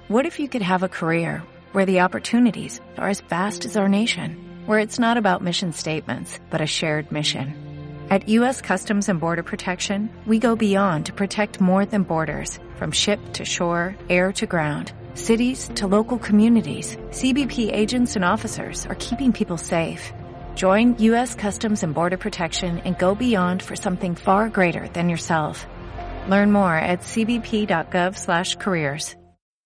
What if you could have a career where the opportunities are as vast as our nation, where it's not about mission statements, but a shared mission? At U.S. Customs and Border Protection, we go beyond to protect more than borders, from ship to shore, air to ground, cities to local communities. CBP agents and officers are keeping people safe. Join U.S. Customs and Border Protection and go beyond for something far greater than yourself. Learn more at cbp.gov/careers.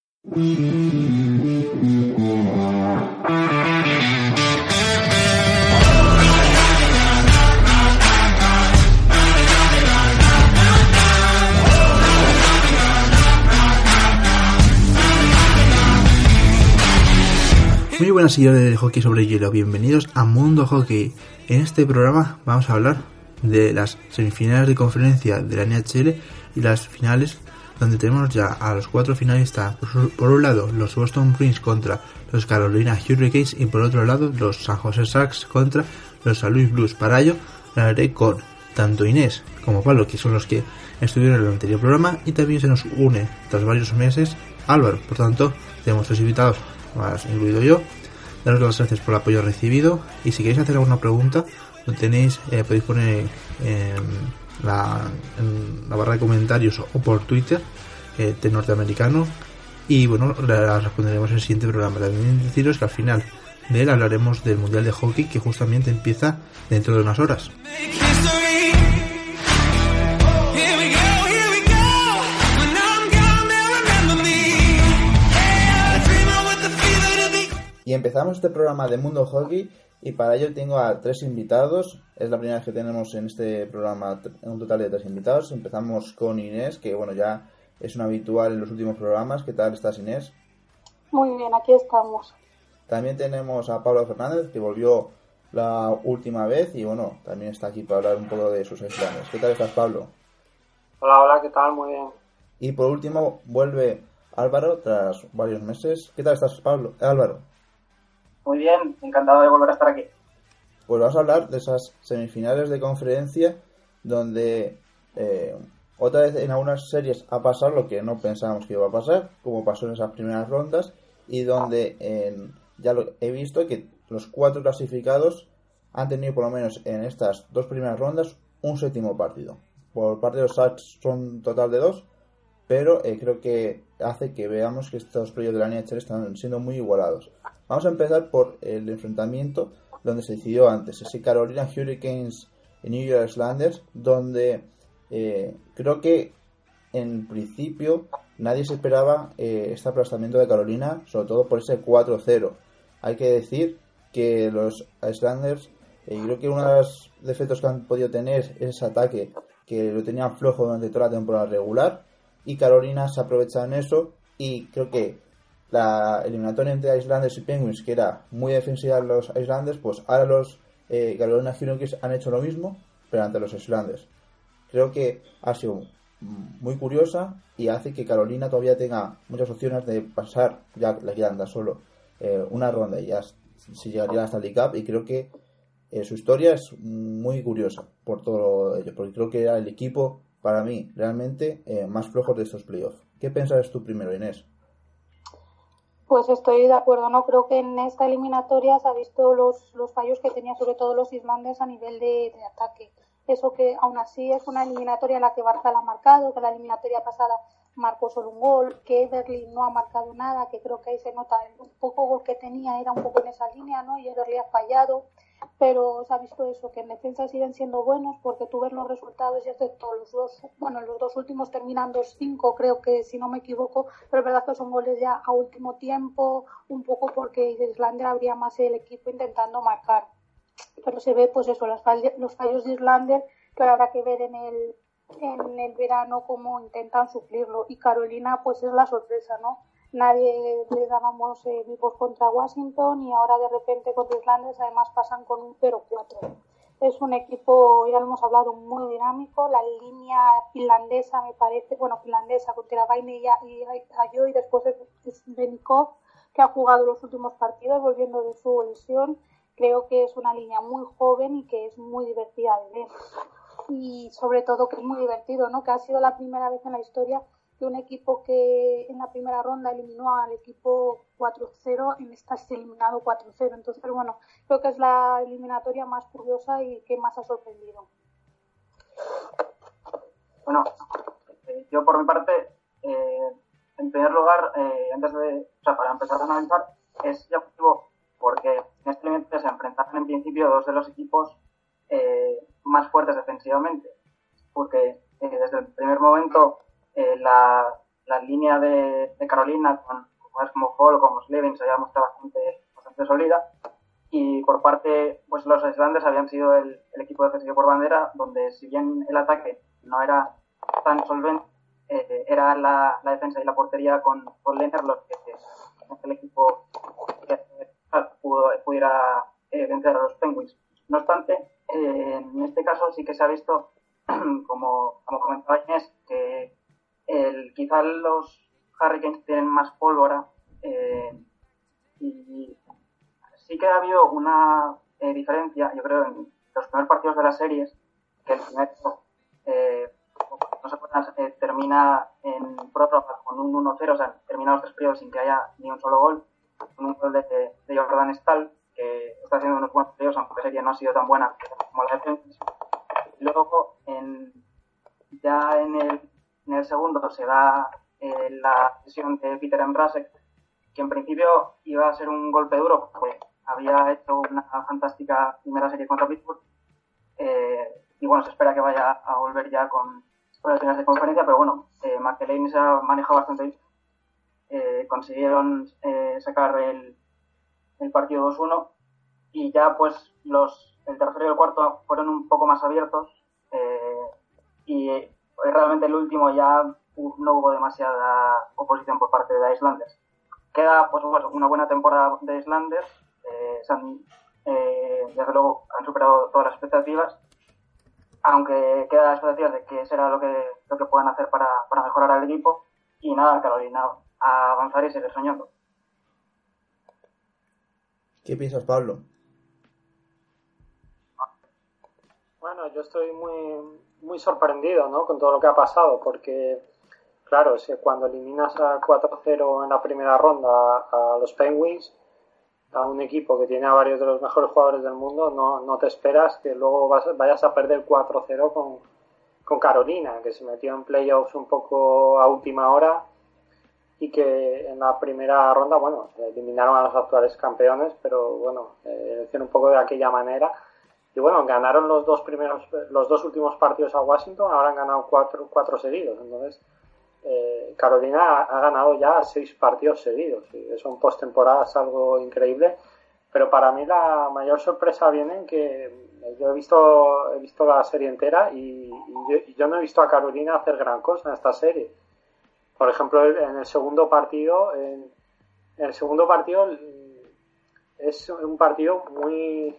Muy buenas seguidores del hockey sobre hielo, bienvenidos a Mundo Hockey. En este programa vamos a hablar de las semifinales de conferencia de la NHL y las finales, donde tenemos ya a los 4 finalistas. Por un lado, los Boston Bruins contra los Carolina Hurricanes y por otro lado, los San Jose Sharks contra los St. Louis Blues. Para ello, hablaré con tanto Inés como Pablo, que son los que estuvieron en el anterior programa, y también se nos une, tras varios meses, Álvaro. Por tanto, tenemos 3 invitados, más incluido yo. Daros las gracias por el apoyo recibido, y si queréis hacer alguna pregunta, lo tenéis, podéis poner en la barra de comentarios o por Twitter de norteamericano, y bueno, la responderemos en el siguiente programa. También deciros que al final de él hablaremos del Mundial de Hockey, que justamente empieza dentro de unas horas. Y empezamos este programa de Mundo Hockey, y para ello tengo a 3 invitados. Es la primera vez que tenemos en este programa un total de 3 invitados. Empezamos con Inés, que bueno, ya es una habitual en los últimos programas. ¿Qué tal estás, Inés? Muy bien, aquí estamos. También tenemos a Pablo Fernández, que volvió la última vez y bueno, también está aquí para hablar un poco de sus planes. ¿Qué tal estás, Pablo? Hola, ¿qué tal? Muy bien. Y por último vuelve Álvaro tras varios meses. ¿Qué tal estás, Pablo? Álvaro. Muy bien, encantado de volver a estar aquí. Pues vamos a hablar de esas semifinales de conferencia, donde otra vez en algunas series ha pasado lo que no pensábamos que iba a pasar, como pasó en esas primeras rondas, y donde ya lo he visto que los 4 clasificados han tenido por lo menos en estas 2 primeras rondas un 7º partido. Por parte de los Sharks son un total de 2, pero creo que hace que veamos que estos playoffs de la NHL están siendo muy igualados. Vamos a empezar por el enfrentamiento donde se decidió antes, ese Carolina Hurricanes y New York Islanders, donde creo que en principio nadie se esperaba este aplastamiento de Carolina, sobre todo por ese 4-0. Hay que decir que los Islanders, creo que uno de los defectos que han podido tener es ese ataque, que lo tenían flojo durante toda la temporada regular, y Carolina se aprovecha en eso, y creo que la eliminatoria entre Islanders y Penguins, que era muy defensiva de los Islanders, pues ahora los Carolina Hurricanes han hecho lo mismo, pero ante los Islanders. Creo que ha sido muy curiosa y hace que Carolina todavía tenga muchas opciones de pasar, ya le quedan tan solo una ronda y ya se llegaría a la Stanley Cup, y creo que su historia es muy curiosa por todo ello, porque creo que era el equipo, para mí, realmente más flojo de estos playoffs. ¿Qué pensabas tú primero, Inés? Pues estoy de acuerdo, ¿no? Creo que en esta eliminatoria se ha visto los fallos que tenían sobre todo los islandeses a nivel de ataque. Eso que aún así es una eliminatoria en la que Barzal ha marcado, que la eliminatoria pasada marcó solo un gol, que Eberle no ha marcado nada, que creo que ahí se nota el poco gol que tenía era un poco en esa línea, ¿no? Y Eberle ha fallado, pero se ha visto eso, que en defensa siguen siendo buenos, porque tú ves los resultados y excepto los 2 últimos terminan 2-5, creo que si no me equivoco, pero es verdad que son goles ya a último tiempo, un poco porque Islandia habría más el equipo intentando marcar, pero se ve pues eso, los fallos de Islandia, que ahora habrá que ver en el verano cómo intentan suplirlo, y Carolina pues es la sorpresa, ¿no? Nadie le dábamos vivos contra Washington, y ahora de repente contra Islanders además pasan con un 0-4. Es un equipo, ya lo hemos hablado, muy dinámico. La línea finlandesa me parece, finlandesa con Teravainen y Ajo, y después es Benikov, que ha jugado los últimos partidos volviendo de su lesión. Creo que es una línea muy joven y que es muy divertida de ver. Y sobre todo que es muy divertido, ¿no? Que ha sido la primera vez en la historia que un equipo que en la primera ronda eliminó al equipo 4-0, en esta se ha eliminado 4-0. Entonces, bueno, creo que es la eliminatoria más curiosa y que más ha sorprendido. Bueno, yo por mi parte, en primer lugar, para empezar a analizar, es llamativo porque en este evento se enfrentaron en principio dos de los equipos más fuertes defensivamente, porque desde el primer momento la línea de Carolina con jugadores como Hall o como Slevin se había mostrado bastante sólida, y por parte, pues los Islanders habían sido el equipo defensivo por bandera, donde si bien el ataque no era tan solvente, era la defensa y la portería con Lehner los que el equipo pudiera vencer a los Penguins. No obstante, en este caso sí que se ha visto, como comentaba Inés, que quizá los Hurricanes tienen más pólvora, y sí que ha habido una diferencia, yo creo, en los primeros partidos de las series, que el primero, no se acuerdan, termina en prórroga con un 1-0, o sea, termina los 3 periodos sin que haya ni un solo gol, con un gol de Jordan Staal, que está haciendo unos buenos periodos, aunque la serie no ha sido tan buena como la de Penguins. Luego, ya en el segundo se da la lesión de Peter Mrazek, que en principio iba a ser un golpe duro, porque había hecho una fantástica primera serie contra Pittsburgh, y bueno, se espera que vaya a volver ya con las finales de conferencia, pero bueno, McElhaney se ha manejado bastante bien, consiguieron sacar el partido 2-1, y ya pues el tercero y el cuarto fueron un poco más abiertos, y realmente el último ya no hubo demasiada oposición por parte de Islanders. Queda pues una buena temporada de Islanders, desde luego han superado todas las expectativas, aunque queda la expectativa de que será lo que puedan hacer para mejorar al equipo, y nada, Carolina, a avanzar y seguir soñando. ¿Qué piensas, Pablo? Bueno, yo estoy muy, muy sorprendido, ¿no?, con todo lo que ha pasado, porque claro, cuando eliminas a 4-0 en la primera ronda a los Penguins, a un equipo que tiene a varios de los mejores jugadores del mundo, no te esperas que luego vayas a perder 4-0 con Carolina, que se metió en playoffs un poco a última hora, y que en la primera ronda, bueno, eliminaron a los actuales campeones, pero bueno, hicieron un poco de aquella manera. Y bueno, ganaron los dos últimos partidos a Washington, ahora han ganado cuatro seguidos. Entonces, Carolina ha ganado ya 6 partidos seguidos, y eso en postemporada es algo increíble. Pero para mí la mayor sorpresa viene en que yo he visto la serie entera, y yo no he visto a Carolina hacer gran cosa en esta serie. Por ejemplo, en el segundo partido es un partido muy,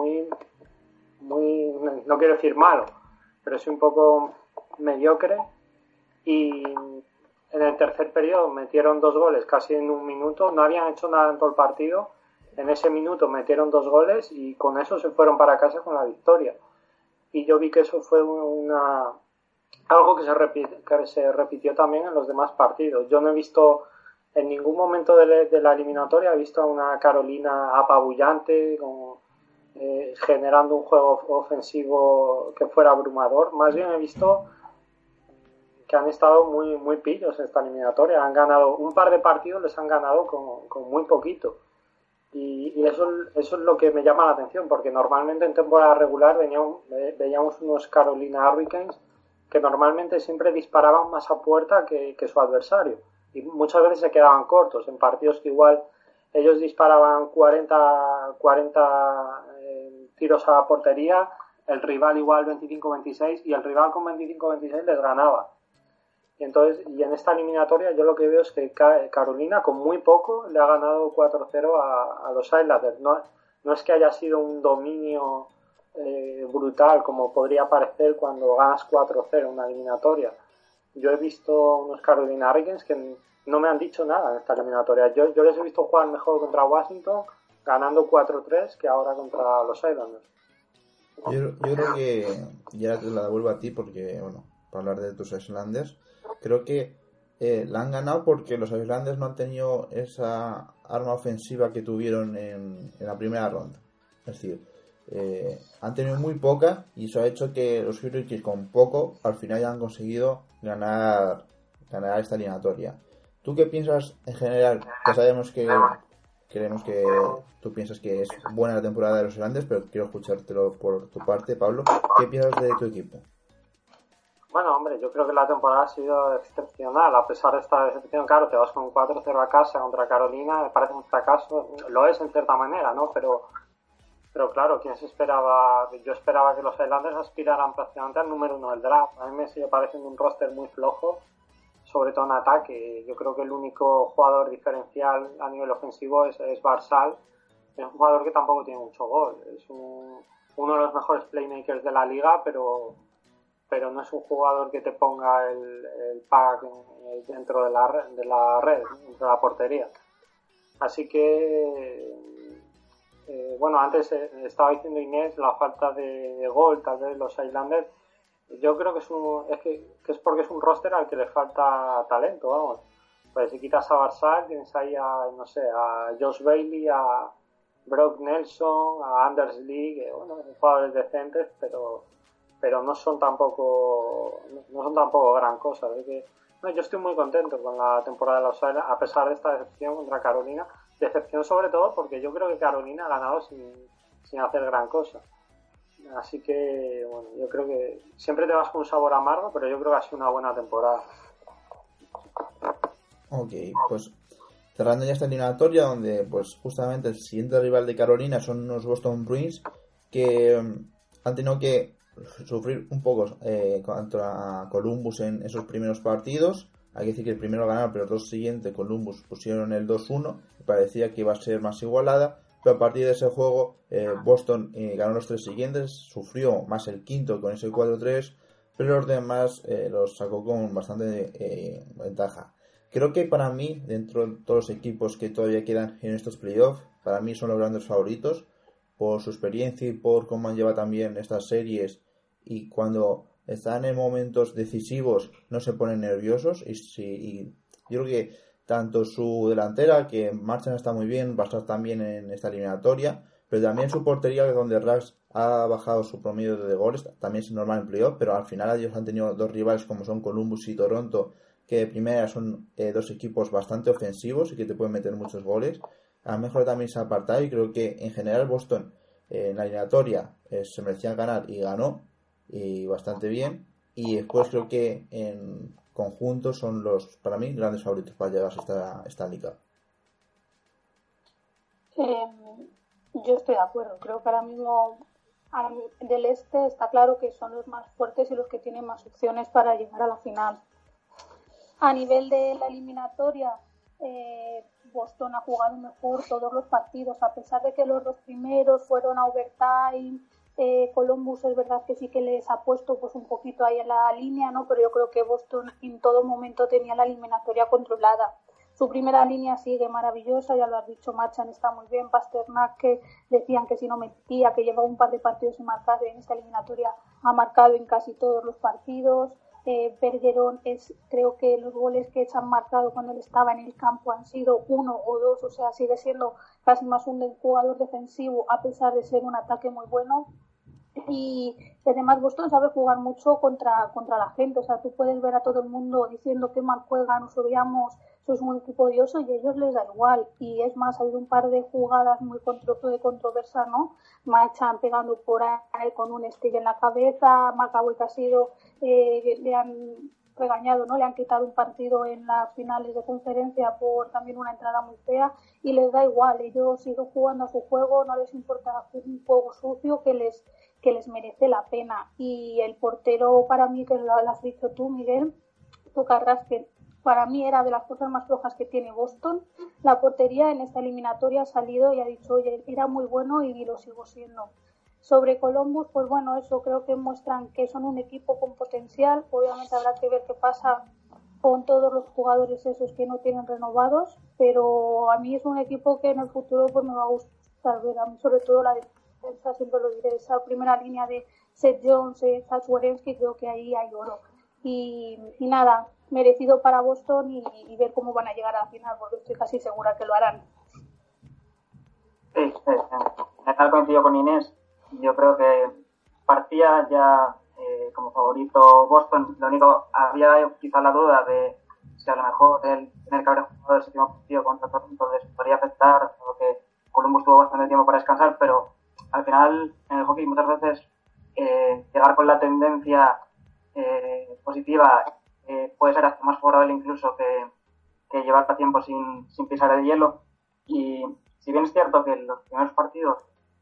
no quiero decir malo, pero es un poco mediocre, y en el tercer periodo metieron 2 goles casi en un minuto, no habían hecho nada en todo el partido, en ese minuto metieron 2 goles y con eso se fueron para casa con la victoria. Y yo vi que eso fue algo que se repitió también en los demás partidos. Yo no he visto en ningún momento de la eliminatoria, he visto a una Carolina apabullante, generando un juego ofensivo que fuera abrumador. Más bien he visto que han estado muy, muy pillos en esta eliminatoria. Han ganado un par de partidos, les han ganado con muy poquito. Y eso es lo que me llama la atención, porque normalmente en temporada regular veíamos unos Carolina Hurricanes que normalmente siempre disparaban más a puerta que su adversario, y muchas veces se quedaban cortos en partidos que igual ellos disparaban 40 tiros a la portería, el rival igual 25-26, y el rival con 25-26 les ganaba. Y en esta eliminatoria yo lo que veo es que Carolina con muy poco le ha ganado 4-0 a los Islanders. No es que haya sido un dominio brutal como podría parecer cuando ganas 4-0 en una eliminatoria. Yo he visto unos Carolina Hurricanes que no me han dicho nada en esta eliminatoria. Yo les he visto jugar mejor contra Washington, ganando 4-3, que ahora contra los Islanders. Yo creo que ya te la devuelvo a ti, porque bueno, para hablar de tus Islanders, creo que la han ganado porque los Islanders no han tenido esa arma ofensiva que tuvieron en la primera ronda. Es decir, han tenido muy poca y eso ha hecho que los Hurricanes con poco al final ya han conseguido ganar esta eliminatoria. ¿Tú qué piensas en general? Ya sabemos que creemos que tú piensas que es buena la temporada de los Islanders, pero quiero escuchártelo por tu parte, Pablo. ¿Qué piensas de tu equipo? Bueno, hombre, yo creo que la temporada ha sido excepcional, a pesar de esta decepción. Claro, te vas con 4-0 a casa contra Carolina, me parece un fracaso, lo es en cierta manera, ¿no? Pero claro, ¿quién se esperaba? Yo esperaba que los Islanders aspiraran prácticamente al número 1 del draft. A mí me sigue pareciendo un roster muy flojo, sobre todo en ataque. Yo creo que el único jugador diferencial a nivel ofensivo es Barzal. Es un jugador que tampoco tiene mucho gol. Es uno de los mejores playmakers de la liga, pero no es un jugador que te ponga el pack dentro de la red, dentro de la portería. Así que, bueno, antes estaba diciendo Inés la falta de gol, tal vez los Islanders. Yo creo que es porque es un roster al que le falta talento, vamos. Pues si quitas a Barzal, tienes ahí a Josh Bailey, a Brock Nelson, a Anders Lee, que bueno, son jugadores decentes, pero no son tampoco gran cosa. Así que yo estoy muy contento con la temporada de los Islanders, a pesar de esta decepción contra Carolina. Decepción sobre todo porque yo creo que Carolina ha ganado sin hacer gran cosa. Así que, bueno, yo creo que siempre te vas con un sabor amargo, pero yo creo que ha sido una buena temporada. Ok, pues cerrando ya esta eliminatoria, donde pues justamente el siguiente rival de Carolina son los Boston Bruins, que han tenido que sufrir un poco contra Columbus en esos primeros partidos. Hay que decir que el primero ganaron, pero los dos siguientes Columbus pusieron el 2-1 y parecía que iba a ser más igualada. Pero a partir de ese juego, Boston ganó los 3 siguientes, sufrió más el quinto con ese 4-3, pero los demás los sacó con bastante ventaja. Creo que para mí, dentro de todos los equipos que todavía quedan en estos playoffs, para mí son los grandes favoritos, por su experiencia y por cómo han llevado también estas series, y cuando están en momentos decisivos no se ponen nerviosos, y yo creo que tanto su delantera, que Marchand está muy bien, va a estar también en esta eliminatoria, pero también su portería, donde Rax ha bajado su promedio de goles, también es normal en playoff, pero al final ellos han tenido dos rivales como son Columbus y Toronto, que de primera son dos equipos bastante ofensivos y que te pueden meter muchos goles. A lo mejor también se ha apartado, y creo que en general Boston en la eliminatoria se merecía ganar y ganó, y bastante bien, y después creo que en conjunto son los, para mí, grandes favoritos para llegar a esta liga. Yo estoy de acuerdo. Creo que ahora mismo del este está claro que son los más fuertes y los que tienen más opciones para llegar a la final. A nivel de la eliminatoria, Boston ha jugado mejor todos los partidos, a pesar de que los dos primeros fueron a overtime. Columbus es verdad que sí que les ha puesto pues un poquito ahí en la línea, ¿no? Pero yo creo que Boston en todo momento tenía la eliminatoria controlada. Su primera línea sigue maravillosa, ya lo has dicho, Marchand está muy bien, Pasternak, que decían que si no metía, que llevaba un par de partidos sin marcar en esta eliminatoria, ha marcado en casi todos los partidos. Bergeron, creo que los goles que se han marcado cuando él estaba en el campo han sido 1 o 2, o sea, sigue siendo casi más un jugador defensivo a pesar de ser un ataque muy bueno. Y además Boston sabe jugar mucho contra la gente, o sea, tú puedes ver a todo el mundo diciendo que mal juegan, nos odiamos, sois un equipo odioso, y a ellos les da igual. Y es más, ha habido un par de jugadas muy de controversia, ¿no? Marchand pegando por ahí con un stick en la cabeza, McAvoy que ha sido, le han regañado, ¿no? Le han quitado un partido en las finales de conferencia por también una entrada muy fea, y les da igual, ellos siguen jugando a su juego, no les importa un juego sucio que les merece la pena. Y el portero, para mí, que lo has dicho tú, Miguel, Tocarras, que para mí era de las cosas más flojas que tiene Boston. La portería en esta eliminatoria ha salido y ha dicho, oye, era muy bueno y lo sigo siendo. Sobre Columbus, pues bueno, eso creo que muestran que son un equipo con potencial. Obviamente habrá que ver qué pasa con todos los jugadores esos que no tienen renovados, pero a mí es un equipo que en el futuro pues me va a gustar ver. A mí sobre todo la defensa, siempre lo diré, esa primera línea de Seth Jones, Zach Werenski, creo que ahí hay oro. y nada, merecido para Boston y ver cómo van a llegar a la final, porque estoy casi segura que lo harán. Sí, en general coincido con Inés. Yo creo que partía ya como favorito Boston. Lo único, había quizá la duda de si a lo mejor el tener que haber jugado el séptimo partido contra Toronto les podría afectar, porque Columbus tuvo bastante tiempo para descansar, pero al final en el hockey muchas veces llegar con la tendencia positiva puede ser hasta más favorable incluso que llevar tiempo sin pisar el hielo. Y si bien es cierto que en los primeros partidos,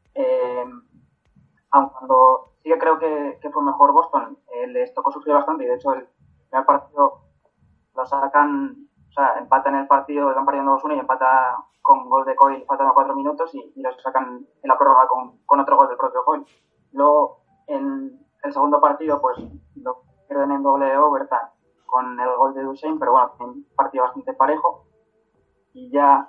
aun cuando sí que creo que fue mejor Boston, les tocó sufrir bastante y de hecho el primer partido lo sacan, o sea, empatan el partido, van perdiendo 2-1 y empata con gol de Coyle faltando 4 minutos y lo sacan en la prórroga con otro gol del propio Coyle. Luego en el segundo partido pues lo pierden en doble overtime con el gol de Duchesne, pero bueno, un partido bastante parejo y ya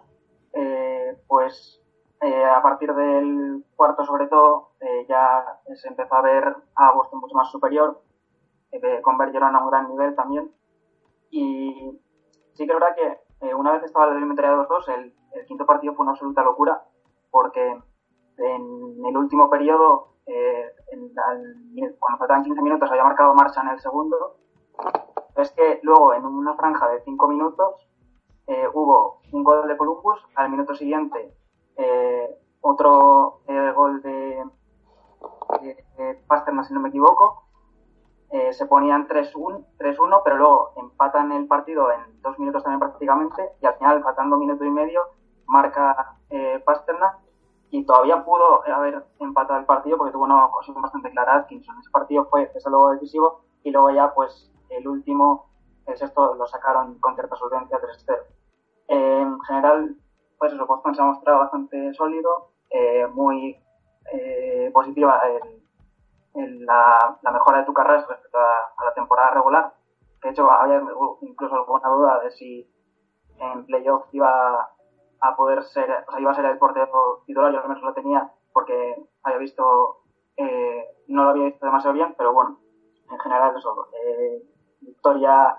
a partir del cuarto sobre todo ya se empezó a ver a Boston mucho más superior, convergieron a un gran nivel también y sí que es verdad que una vez estaba la eliminatoria de 2-2 el quinto partido fue una absoluta locura porque en el último periodo cuando faltaban 15 minutos había marcado Marcha en el segundo. Es que luego en una franja de 5 minutos hubo un gol de Columbus, al minuto siguiente otro gol de Pasternak, si no me equivoco, se ponían 3-1, pero luego empatan el partido en 2 minutos también prácticamente y al final, faltando 1 minuto y medio, marca Pasternak y todavía pudo haber empatado el partido porque tuvo una ocasión bastante clara Atkinson. Ese partido fue desde luego decisivo y luego ya pues el último, el sexto, lo sacaron con cierta solvencia 3-0. En general, pues eso, Boston se ha mostrado bastante sólido, muy positiva en la mejora de tu carrera respecto a la temporada regular. De hecho, había incluso alguna duda de si en playoff iba a poder ser, o sea, iba a ser el portero titular, yo al menos lo tenía porque había visto, no lo había visto demasiado bien, pero bueno, en general eso, victoria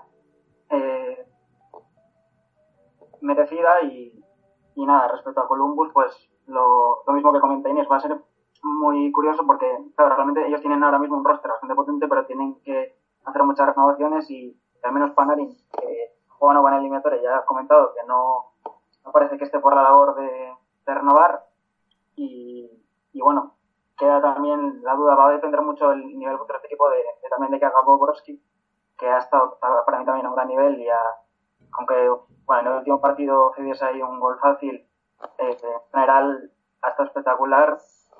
merecida y nada, respecto a Columbus, pues lo mismo que comenté Inés, va a ser muy curioso porque, claro, realmente ellos tienen ahora mismo un roster bastante potente, pero tienen que hacer muchas renovaciones y al menos Panarin, que juega una buena eliminatoria, ya ha comentado que no parece que esté por la labor de renovar y bueno, queda también la duda, va a depender mucho el nivel contra este equipo también de que haga Bobrovsky, que ha estado para mí también a un gran nivel y aunque bueno, en el último partido cediese ahí un gol fácil, en general ha estado espectacular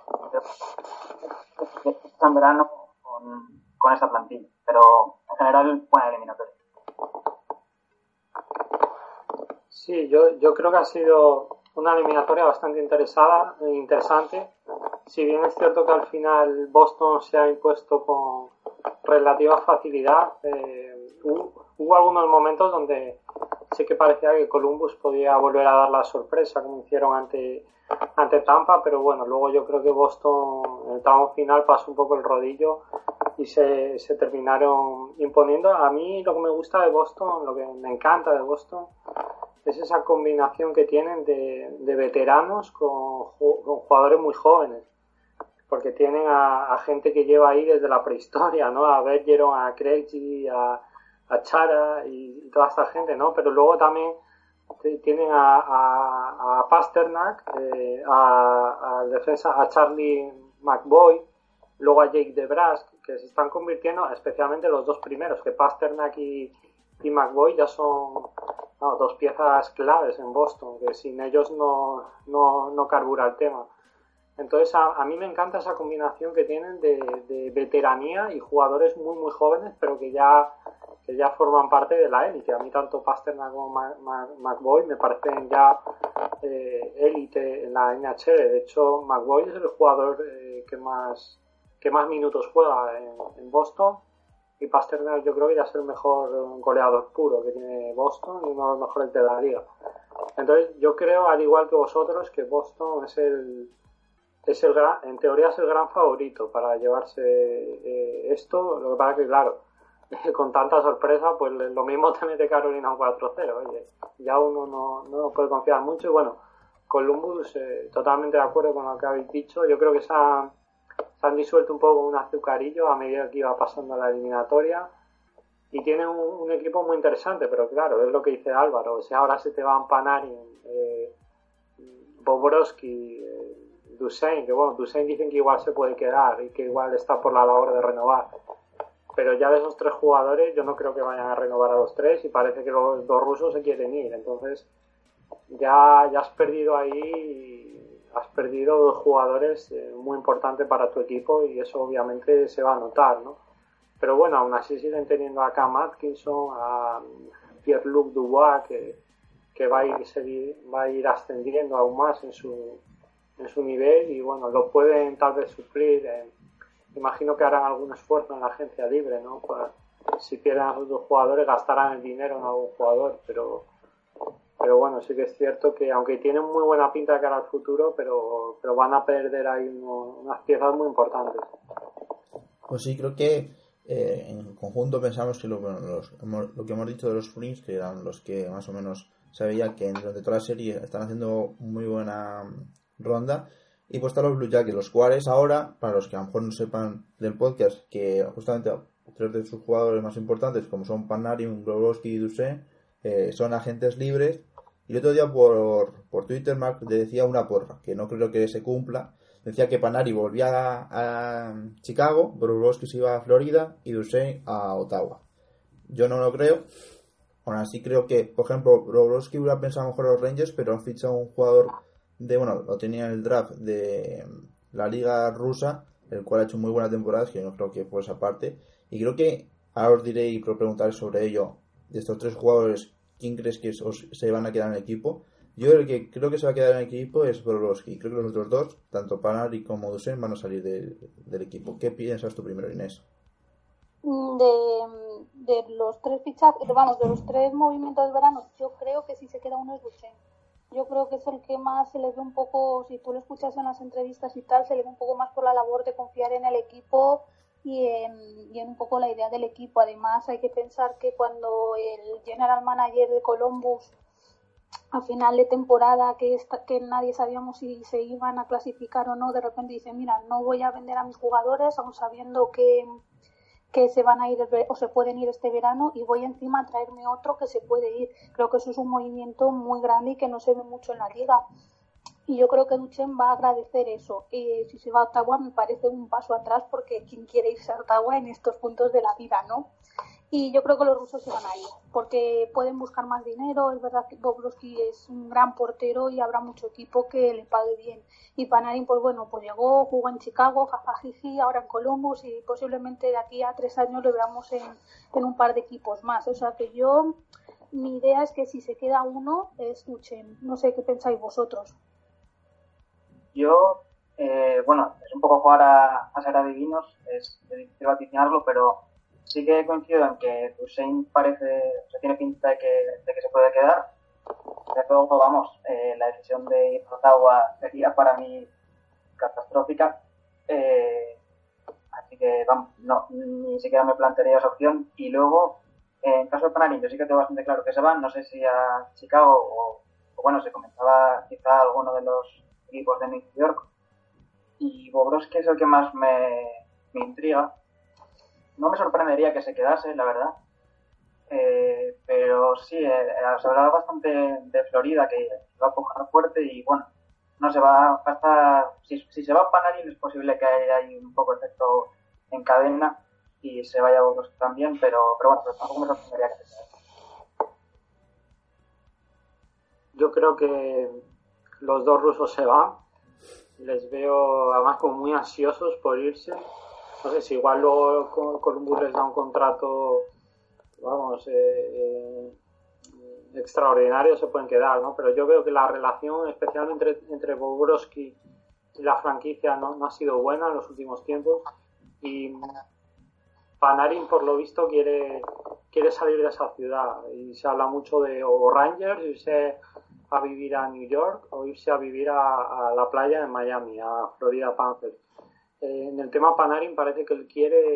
en verano con esta plantilla, pero en general buena eliminatoria. Sí, yo creo que ha sido una eliminatoria bastante interesante. Si bien es cierto que al final Boston se ha impuesto con relativa facilidad, hubo algunos momentos donde sí que parecía que Columbus podía volver a dar la sorpresa como hicieron ante Tampa, pero bueno, luego yo creo que Boston en el tramo final pasó un poco el rodillo y se terminaron imponiendo. A mí lo que me gusta de Boston, lo que me encanta de Boston es esa combinación que tienen de veteranos con jugadores muy jóvenes, porque tienen a gente que lleva ahí desde la prehistoria, ¿no? A Bergeron, a Krejci, a Chara y toda esta gente, ¿no? Pero luego también tienen a Pasternak, a defensa, a Charlie McBoy, luego a Jake DeBrusk, que se están convirtiendo, especialmente los dos primeros, que Pasternak y McBoy ya son dos piezas claves en Boston, que sin ellos no carbura el tema. Entonces a mí me encanta esa combinación que tienen de veteranía y jugadores muy muy jóvenes, pero que ya forman parte de la élite. A mí tanto Pasternak como McBoy me parecen ya élite en la NHL. De hecho, McBoy es el jugador que más minutos juega en Boston, y Pasternak yo creo que ya es el mejor goleador puro que tiene Boston y uno de los mejores de la liga. Entonces yo creo, al igual que vosotros, que Boston es el gran, en teoría es el gran favorito para llevarse esto. Lo que pasa es que, claro, con tanta sorpresa, pues lo mismo te mete Carolina un 4-0. Oye, ya uno no puede confiar mucho. Y bueno, Columbus, totalmente de acuerdo con lo que habéis dicho. Yo creo que se han disuelto un poco un azucarillo a medida que iba pasando la eliminatoria. Y tiene un equipo muy interesante, pero claro, es lo que dice Álvaro. O sea, ahora se te van Panarin, Bobrovsky, Duchesne, que bueno, Duchesne dicen que igual se puede quedar y que igual está por la labor de renovar. Pero ya de esos 3 jugadores yo no creo que vayan a renovar a los 3 y parece que los 2 rusos se quieren ir. Entonces ya has perdido ahí, has perdido 2 jugadores muy importantes para tu equipo y eso obviamente se va a notar, ¿no? Pero bueno, aún así siguen teniendo a Cam Atkinson, a Pierre-Luc Dubois, que va a ir ascendiendo aún más en su nivel y bueno, lo pueden tal vez suplir. Imagino que harán algún esfuerzo en la agencia libre, ¿no? Pues, si pierden a sus 2 jugadores, gastarán el dinero en algún jugador, pero bueno, sí que es cierto que aunque tienen muy buena pinta de cara al futuro, pero van a perder ahí unas piezas muy importantes. Pues sí, creo que en conjunto pensamos que lo que hemos dicho de los Flames, que eran los que más o menos se veía que durante toda la serie están haciendo muy buena ronda. Y pues están los Blue Jackets, los cuales ahora, para los que a lo mejor no sepan del podcast, que justamente 3 de sus jugadores más importantes, como son Panarin, Bobrovsky y Duchesne, son agentes libres. Y el otro día por Twitter Mark le decía una porra, que no creo que se cumpla. Decía que Panarin volvía a Chicago, Bobrovsky se iba a Florida y Duchesne a Ottawa. Yo no lo creo. Aún así creo que, por ejemplo, Bobrovsky hubiera pensado mejor a los Rangers, pero ha fichado un jugador lo tenía en el draft de la liga rusa, el cual ha hecho muy buena temporada, que yo no creo que por esa parte. Y creo que ahora os diré y preguntar sobre ello, de estos 3 jugadores, ¿quién crees que se van a quedar en el equipo? Yo el que creo que se va a quedar en el equipo es Bobrovsky. Creo que los otros 2, tanto Panarin como Duchesne, van a salir del equipo. ¿Qué piensas tú primero, Inés? De los 3 fichajes, vamos, de los 3 movimientos de verano, yo creo que si se queda uno es Duchesne. Yo creo que es el que más se le ve un poco, si tú lo escuchas en las entrevistas y tal, se le ve un poco más por la labor de confiar en el equipo y en un poco la idea del equipo. Además, hay que pensar que cuando el general manager de Columbus, a final de temporada, que nadie sabíamos si se iban a clasificar o no, de repente dice, mira, no voy a vender a mis jugadores, aun sabiendo que se van a ir o se pueden ir este verano y voy encima a traerme otro que se puede ir. Creo que eso es un movimiento muy grande y que no se ve mucho en la liga. Y yo creo que Duchesne va a agradecer eso. Si se va a Ottawa me parece un paso atrás porque ¿quién quiere irse a Ottawa en estos puntos de la vida, no? Y yo creo que los rusos se van a ir porque pueden buscar más dinero. Es verdad que Bobrovsky es un gran portero y habrá mucho equipo que le pague bien. Y Panarin, pues bueno, pues llegó, jugó en Chicago, jajajiji, ahora en Columbus y posiblemente de aquí a 3 años lo veamos en un par de equipos más. O sea que mi idea es que si se queda uno es Duchesne. No sé qué pensáis vosotros. Yo, bueno, es un poco jugar a ser adivinos, es difícil vaticinarlo, pero sí que coincido en que Duchesne tiene pinta de que se puede quedar. De todo, vamos, la decisión de ir a Ottawa sería para mí catastrófica. Así que, vamos, no, ni siquiera me plantearía esa opción. Y luego, en caso de Panarin, yo sí que tengo bastante claro que se van, no sé si a Chicago o bueno, se comentaba quizá alguno de los equipos de New York. Y Bobrovsky es el que más me intriga. No me sorprendería que se quedase, la verdad. Pero sí, se hablaba bastante de Florida, que va a pujar fuerte y bueno, no se va a estar. Si se va a Panarin es posible que haya ahí un poco de efecto en cadena y se vaya a Bobrovsky también, pero bueno, tampoco me sorprendería que se quedase. Yo creo que los 2 rusos se van. Les veo además como muy ansiosos por irse. No sé si igual luego Columbus les da un contrato, vamos, extraordinario, se pueden quedar, ¿no? Pero yo veo que la relación, especialmente entre Bobrovsky y la franquicia, no ha sido buena en los últimos tiempos. Y Panarin, por lo visto, quiere salir de esa ciudad. Y se habla mucho de o Rangers, irse a vivir a New York o irse a vivir a la playa en Miami, a Florida Panthers. En el tema Panarin parece que él quiere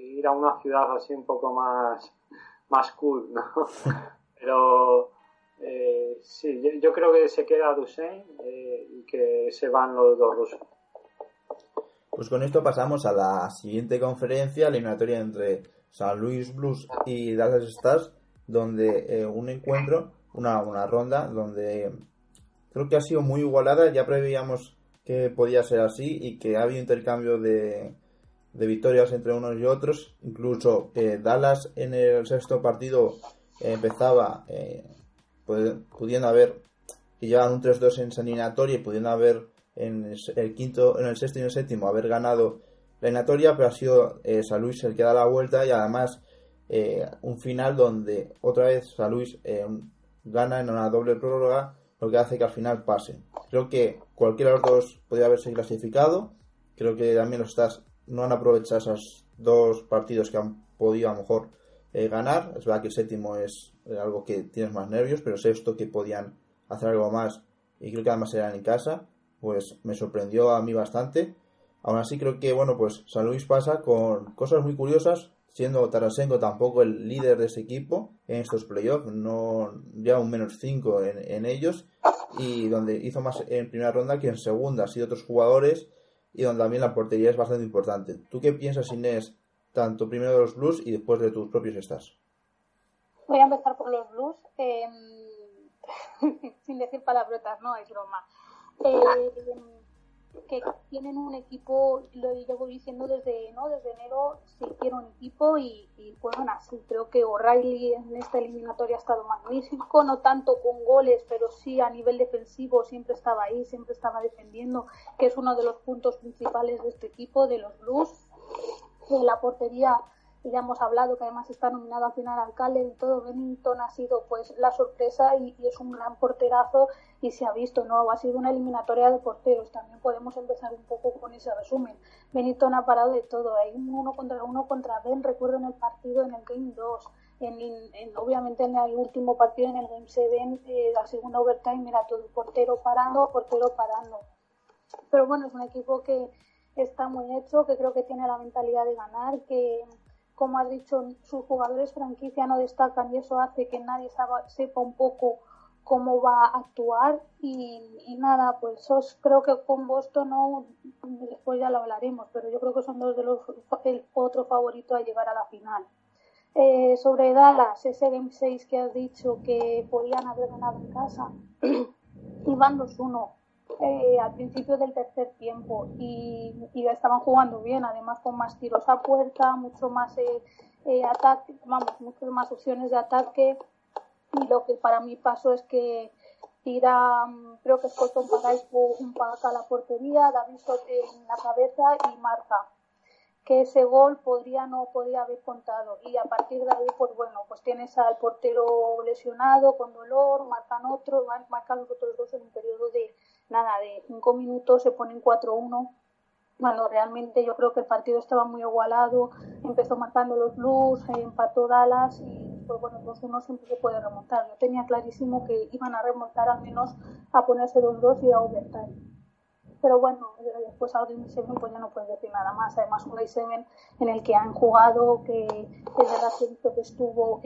ir a una ciudad así un poco más cool, ¿no? Pero sí, yo creo que se queda Duchesne y que se van los dos rusos. Pues con esto pasamos a la siguiente conferencia, la eliminatoria entre San Luis Blues y Dallas Stars, donde un encuentro, una ronda, donde creo que ha sido muy igualada. Ya preveíamos que podía ser así y que ha habido intercambio de victorias entre unos y otros. Incluso Dallas en el sexto partido empezaba pudiendo haber, y llevan un 3-2 en esa eliminatoria, y pudiendo haber en el quinto, en el sexto y en el séptimo haber ganado la eliminatoria, pero ha sido San Luis el que da la vuelta, y además un final donde otra vez San Luis gana en una doble prórroga, lo que hace que al final pase. Creo que cualquiera de los dos podría haberse clasificado. Creo que también los Stars no han aprovechado esos dos partidos que han podido a lo mejor ganar. Es verdad que el séptimo es algo que tienes más nervios, pero sexto que podían hacer algo más, y creo que además eran en casa, pues me sorprendió a mí bastante. Aún así creo que bueno, pues San Luis pasa con cosas muy curiosas, siendo Tarasenko tampoco el líder de ese equipo en estos playoffs, no ya un -5 en ellos, y donde hizo más en primera ronda que en segunda, así de otros jugadores, y donde también la portería es bastante importante. ¿Tú qué piensas, Inés, tanto primero de los Blues y después de tus propios Stars? Voy a empezar por los Blues, sin decir palabrotas, no es broma. Que tienen un equipo, lo llevo diciendo desde enero, se hicieron equipo y fueron así. Creo que O'Reilly en esta eliminatoria ha estado magnífico, no tanto con goles, pero sí a nivel defensivo siempre estaba ahí, siempre estaba defendiendo, que es uno de los puntos principales de este equipo, de los Blues. La portería, ya hemos hablado que además está nominado al final al Calder y todo. Binnington ha sido pues la sorpresa y es un gran porterazo, y se ha visto, ¿no? Ha sido una eliminatoria de porteros. También podemos empezar un poco con ese resumen. Binnington ha parado de todo. Hay un 1-1 contra Ben, recuerdo en el partido, en el Game 2. Obviamente en el último partido, en el Game 7, la segunda overtime, era todo portero parando. Pero bueno, es un equipo que está muy hecho, que creo que tiene la mentalidad de ganar, que, como has dicho, sus jugadores franquicia no destacan, y eso hace que nadie sepa un poco cómo va a actuar. Y nada, pues creo que con Boston no, después ya lo hablaremos, pero yo creo que son dos de el otro favorito a llegar a la final. Sobre Dallas, ese Game 6 que has dicho que podían haber ganado en casa, y van 2-1 al principio del tercer tiempo, y estaban jugando bien, además con más tiros a puerta, mucho más ataque, muchas más opciones de ataque. Y lo que para mí pasó es que tira, creo que es Colton Parayko un pack a la portería, David en la cabeza y marca, que ese gol no podía haber contado. Y a partir de ahí, pues bueno, pues tienes al portero lesionado con dolor, marcan los otros dos en un periodo de 5 minutos, se ponen 4-1. Bueno, realmente yo creo que el partido estaba muy igualado, empezó marcando los Blues, empató Dallas, y pues bueno, 2-1 siempre se puede remontar. Yo tenía clarísimo que iban a remontar al menos a ponerse 2-2 y a overtime. Pero bueno, después al Game 7 pues ya no puedes decir nada más. Además, un Game 7 en el que han jugado, que es verdad que estuvo,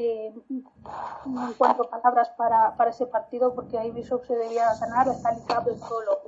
no encuentro palabras para ese partido, porque ahí Bishop se debía ganar la Stanley Cup solo.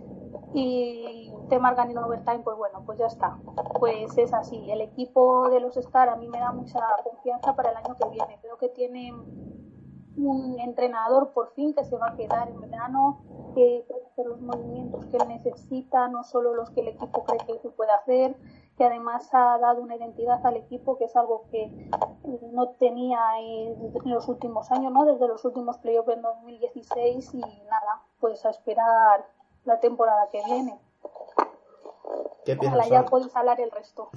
Y tema ganar en overtime, pues bueno, pues ya está. Pues es así. El equipo de los Stars a mí me da mucha confianza para el año que viene. Creo que tiene un entrenador por fin que se va a quedar en verano, que puede hacer los movimientos que él necesita, no solo los que el equipo cree que se puede hacer, que además ha dado una identidad al equipo, que es algo que no tenía en los últimos años, ¿no? Desde los últimos playoffs en 2016, y nada, pues a esperar la temporada que viene. ¿Qué piensas? Ya podéis hablar el resto.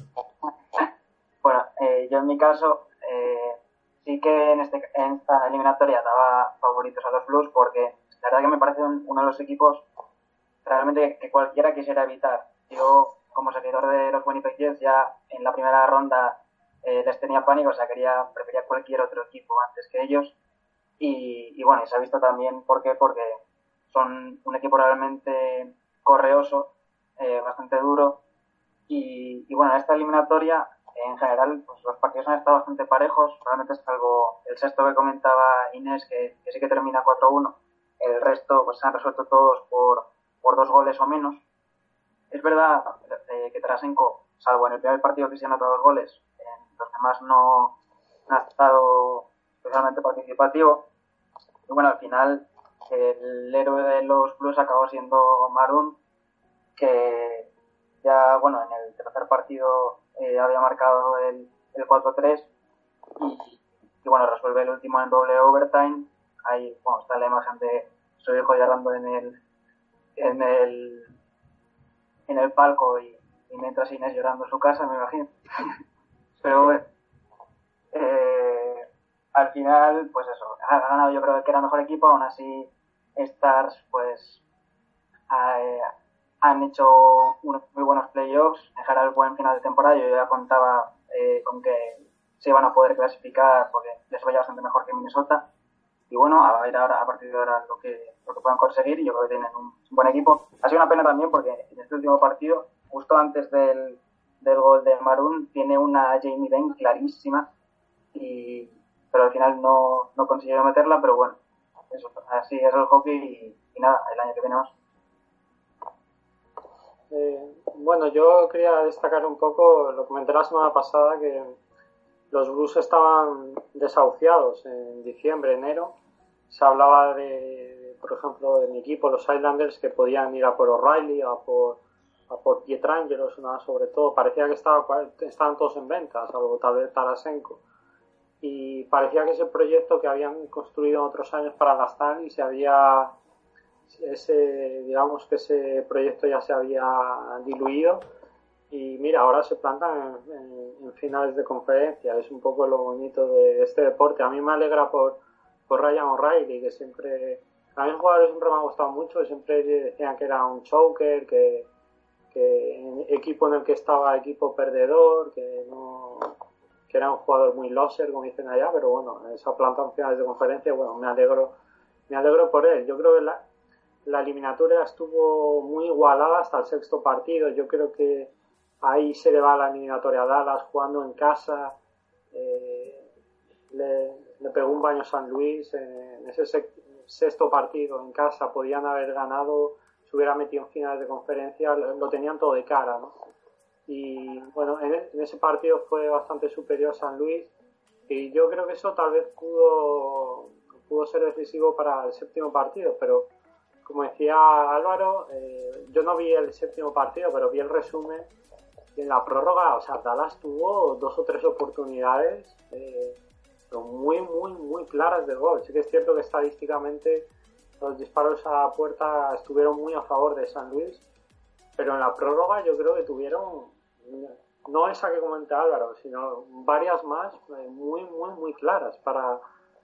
Bueno, yo en mi caso sí que en esta eliminatoria daba favoritos a los Blues, porque la verdad que me parece uno de los equipos realmente que cualquiera quisiera evitar. Yo, como seguidor de los Winnipeg Jets, ya en la primera ronda les tenía pánico, o sea, prefería cualquier otro equipo antes que ellos. Y bueno, y se ha visto también por qué, porque son un equipo realmente correoso, bastante duro. Y bueno, esta eliminatoria en general, pues los partidos han estado bastante parejos, realmente salvo el sexto que comentaba Inés, que sí que termina 4-1. El resto pues se han resuelto todos por 2 goles o menos. Es verdad que Tarasenko, salvo en el primer partido que se han anotado 2 goles, en los demás no ha estado especialmente participativo. Y bueno, al final el héroe de los Blues acabó siendo Maroon, que ya, bueno, en el tercer partido había marcado el 4-3 y bueno, resuelve el último en doble overtime. Ahí, bueno, está la imagen de su hijo llorando en el palco y mientras Inés llorando en su casa, me imagino. Pero bueno, al final, pues eso, ha ganado, yo creo que era mejor equipo. Aún así, Stars pues han hecho unos muy buenos playoffs, en general buen final de temporada. Yo ya contaba con que se iban a poder clasificar porque les vaya bastante mejor que Minnesota. Y bueno, a ver ahora, a partir de ahora lo que puedan conseguir, y yo creo que tienen un buen equipo. Ha sido una pena también porque en este último partido, justo antes del gol de Maroon, tiene una Jamie Benn clarísima, pero al final no consiguieron meterla. Pero bueno, eso, así es el hockey y nada, el año que viene más. Bueno, yo quería destacar un poco, lo comenté la semana pasada, que los Blues estaban desahuciados en diciembre, enero. Se hablaba por ejemplo, de mi equipo, los Islanders, que podían ir a por O'Reilly, a por Pietrangelo, sobre todo. Parecía que estaban todos en venta, salvo tal vez Tarasenko. Y parecía que ese proyecto que habían construido en otros años para la Stanley digamos que ese proyecto ya se había diluido. Y mira, ahora se plantan en finales de conferencia. Es un poco lo bonito de este deporte. A mí me alegra por Ryan O'Reilly, que siempre... A mí el jugador siempre me ha gustado mucho. Siempre decían que era un choker, que equipo en el que estaba equipo perdedor, que era un jugador muy loser, como dicen allá. Pero bueno, esa planta en finales de conferencia, bueno, me alegro por él. Yo creo que la eliminatoria estuvo muy igualada hasta el sexto partido. Yo creo que ahí se le va la eliminatoria a Dallas jugando en casa. Le pegó un baño San Luis. En ese sexto partido en casa podían haber ganado. Se hubiera metido en finales de conferencia. Lo tenían todo de cara, ¿no? Y bueno, en ese partido fue bastante superior San Luis. Y yo creo que eso tal vez pudo ser decisivo para el séptimo partido. Pero como decía Álvaro, yo no vi el séptimo partido, pero vi el resumen. En la prórroga, o sea, Dallas tuvo 2 o 3 oportunidades pero muy, muy, muy claras de gol. Sí que es cierto que estadísticamente los disparos a puerta estuvieron muy a favor de San Luis, pero en la prórroga yo creo que tuvieron, no esa que comenta Álvaro, sino varias más muy, muy, muy claras para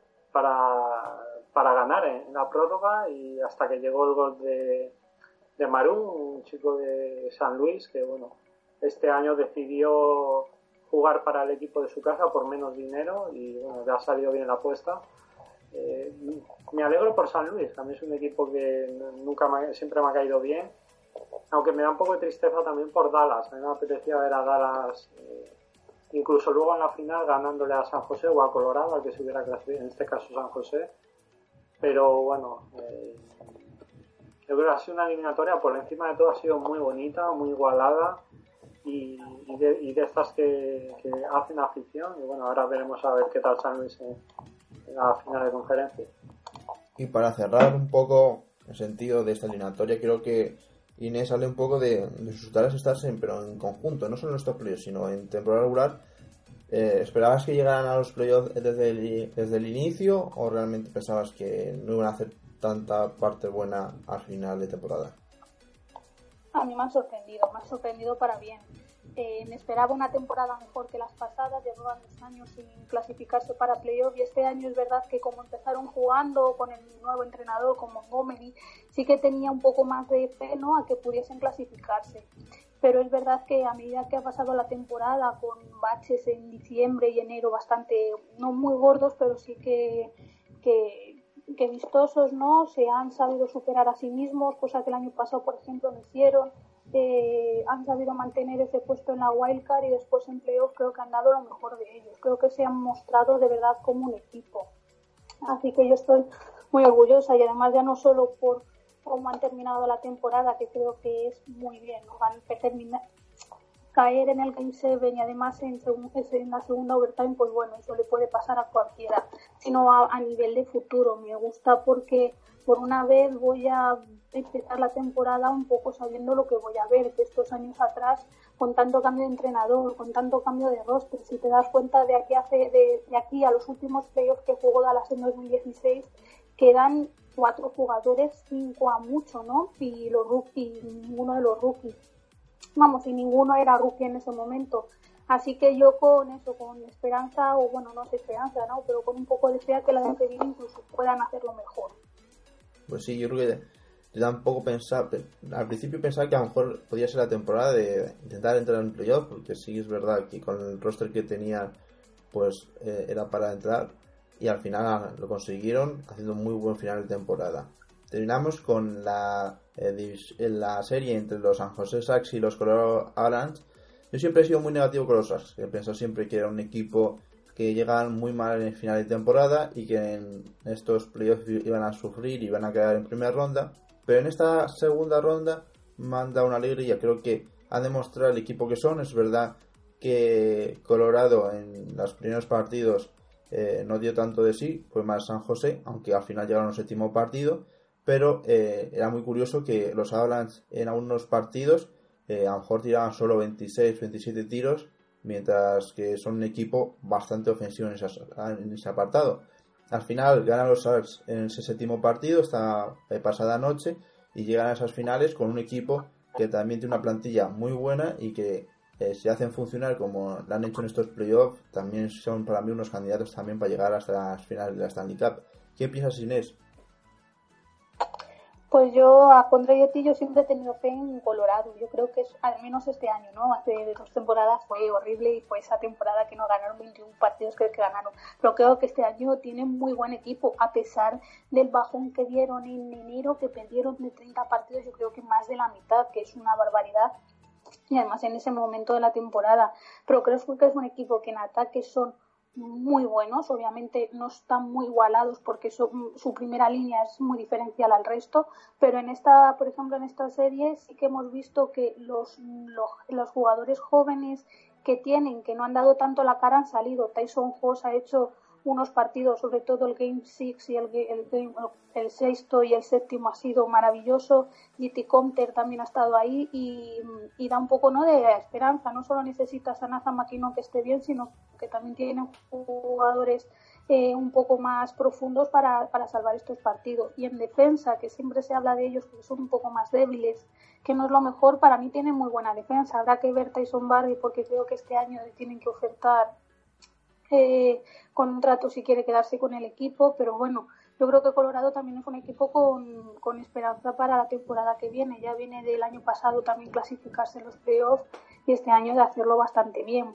ganar en la prórroga, y hasta que llegó el gol de Maroon, un chico de San Luis que, bueno, este año decidió jugar para el equipo de su casa por menos dinero y bueno, le ha salido bien la apuesta. Me alegro por San Luis, a mí es un equipo que siempre me ha caído bien, aunque me da un poco de tristeza también por Dallas. A mí me apetecía ver a Dallas incluso luego en la final ganándole a San José o a Colorado, al que se hubiera clasificado, en este caso San José. Pero bueno, yo creo que ha sido una eliminatoria, por encima de todo ha sido muy bonita, muy igualada, y de estas que hacen afición. Y bueno, ahora veremos a ver qué tal San Luis en la final de conferencia. Y para cerrar un poco el sentido de esta eliminatoria, creo que Inés hable un poco de sus tareas Stars, pero en conjunto, no solo en estos playoffs, sino en temporada regular. ¿Esperabas que llegaran a los playoffs desde el inicio, o realmente pensabas que no iban a hacer tanta parte buena al final de temporada? A mí me han sorprendido para bien. Me esperaba una temporada mejor que las pasadas. Llevaban 2 años sin clasificarse para playoff, y este año es verdad que como empezaron jugando con el nuevo entrenador, con Montgomery, sí que tenía un poco más de fe, ¿no?, a que pudiesen clasificarse. Pero es verdad que a medida que ha pasado la temporada, con baches en diciembre y enero bastante, no muy gordos, pero sí que que vistosos, ¿no? Se han sabido superar a sí mismos, cosa que el año pasado, por ejemplo, no hicieron. Han sabido mantener ese puesto en la wildcard y después en playoff creo que han dado lo mejor de ellos. Creo que se han mostrado de verdad como un equipo. Así que yo estoy muy orgullosa y además ya no solo por cómo han terminado la temporada, que creo que es muy bien, ¿no? Van a terminar, caer en el Game 7 y además en la segunda overtime, pues bueno, eso le puede pasar a cualquiera, sino a nivel de futuro. Me gusta porque por una vez voy a empezar la temporada un poco sabiendo lo que voy a ver, que estos años atrás, con tanto cambio de entrenador, con tanto cambio de roster, si te das cuenta de aquí a los últimos playoffs que jugó Dallas en 2016, quedan 4 jugadores, 5 a mucho, ¿no? Y los rookies, ninguno de los rookies. Vamos, y ninguno era rookie en ese momento. Así que yo con eso, con esperanza, o bueno, no sé esperanza, ¿no? Pero con un poco de fe que la de que viene incluso puedan hacerlo mejor. Pues sí, yo creo que yo tampoco pensaba, al principio pensaba que a lo mejor podía ser la temporada de intentar entrar en playoff, porque sí es verdad que con el roster que tenían, pues era para entrar, y al final lo consiguieron haciendo un muy buen final de temporada. Terminamos con la serie entre los San Jose Sharks y los Colorado Avalanche. Yo siempre he sido muy negativo con los Sharks, he pensado siempre que era un equipo que llegaban muy mal en el final de temporada y que en estos playoffs iban a sufrir y iban a quedar en primera ronda, pero en esta segunda ronda manda una alegría. Creo que han demostrado el equipo que son. Es verdad que Colorado en los primeros partidos no dio tanto de sí, fue más San José, aunque al final llegaron al séptimo partido, pero era muy curioso que los Avalanche en algunos partidos a lo mejor tiraban solo 26, 27 tiros, mientras que son un equipo bastante ofensivo en ese apartado. Al final ganan los Sharks en ese séptimo partido esta pasada noche y llegan a esas finales con un equipo que también tiene una plantilla muy buena y que si hacen funcionar como lo han hecho en estos playoffs, también son para mí unos candidatos también para llegar hasta las finales de la Stanley Cup. ¿Qué piensas, Inés? Pues yo, a contrario de ti, yo siempre he tenido fe en Colorado. Yo creo que al menos este año, ¿no? Hace 2 temporadas fue horrible y fue esa temporada que no ganaron 21 partidos que ganaron. Pero creo que este año tienen muy buen equipo, a pesar del bajón que dieron en enero, que perdieron de 30 partidos, yo creo que más de la mitad, que es una barbaridad. Y además en ese momento de la temporada. Pero creo que es un equipo que en ataque son muy buenos, obviamente no están muy igualados porque su primera línea es muy diferencial al resto, pero por ejemplo en esta serie sí que hemos visto que los jugadores jóvenes que no han dado tanto la cara han salido. Tyson Foss ha hecho unos partidos, sobre todo el Game 6 y el sexto y el séptimo ha sido maravilloso. JT Compter también ha estado ahí y da un poco, ¿no?, de esperanza. No solo necesitas a Nathan MacKinnon que esté bien, sino que también tienen jugadores un poco más profundos para salvar estos partidos. Y en defensa, que siempre se habla de ellos que son un poco más débiles, que no es lo mejor, para mí tienen muy buena defensa. Habrá que ver Tyson Barrie porque creo que este año tienen que ofertar contrato si quiere quedarse con el equipo, pero bueno, yo creo que Colorado también es un equipo con esperanza para la temporada que viene. Ya viene del año pasado también clasificarse en los playoffs y este año de hacerlo bastante bien.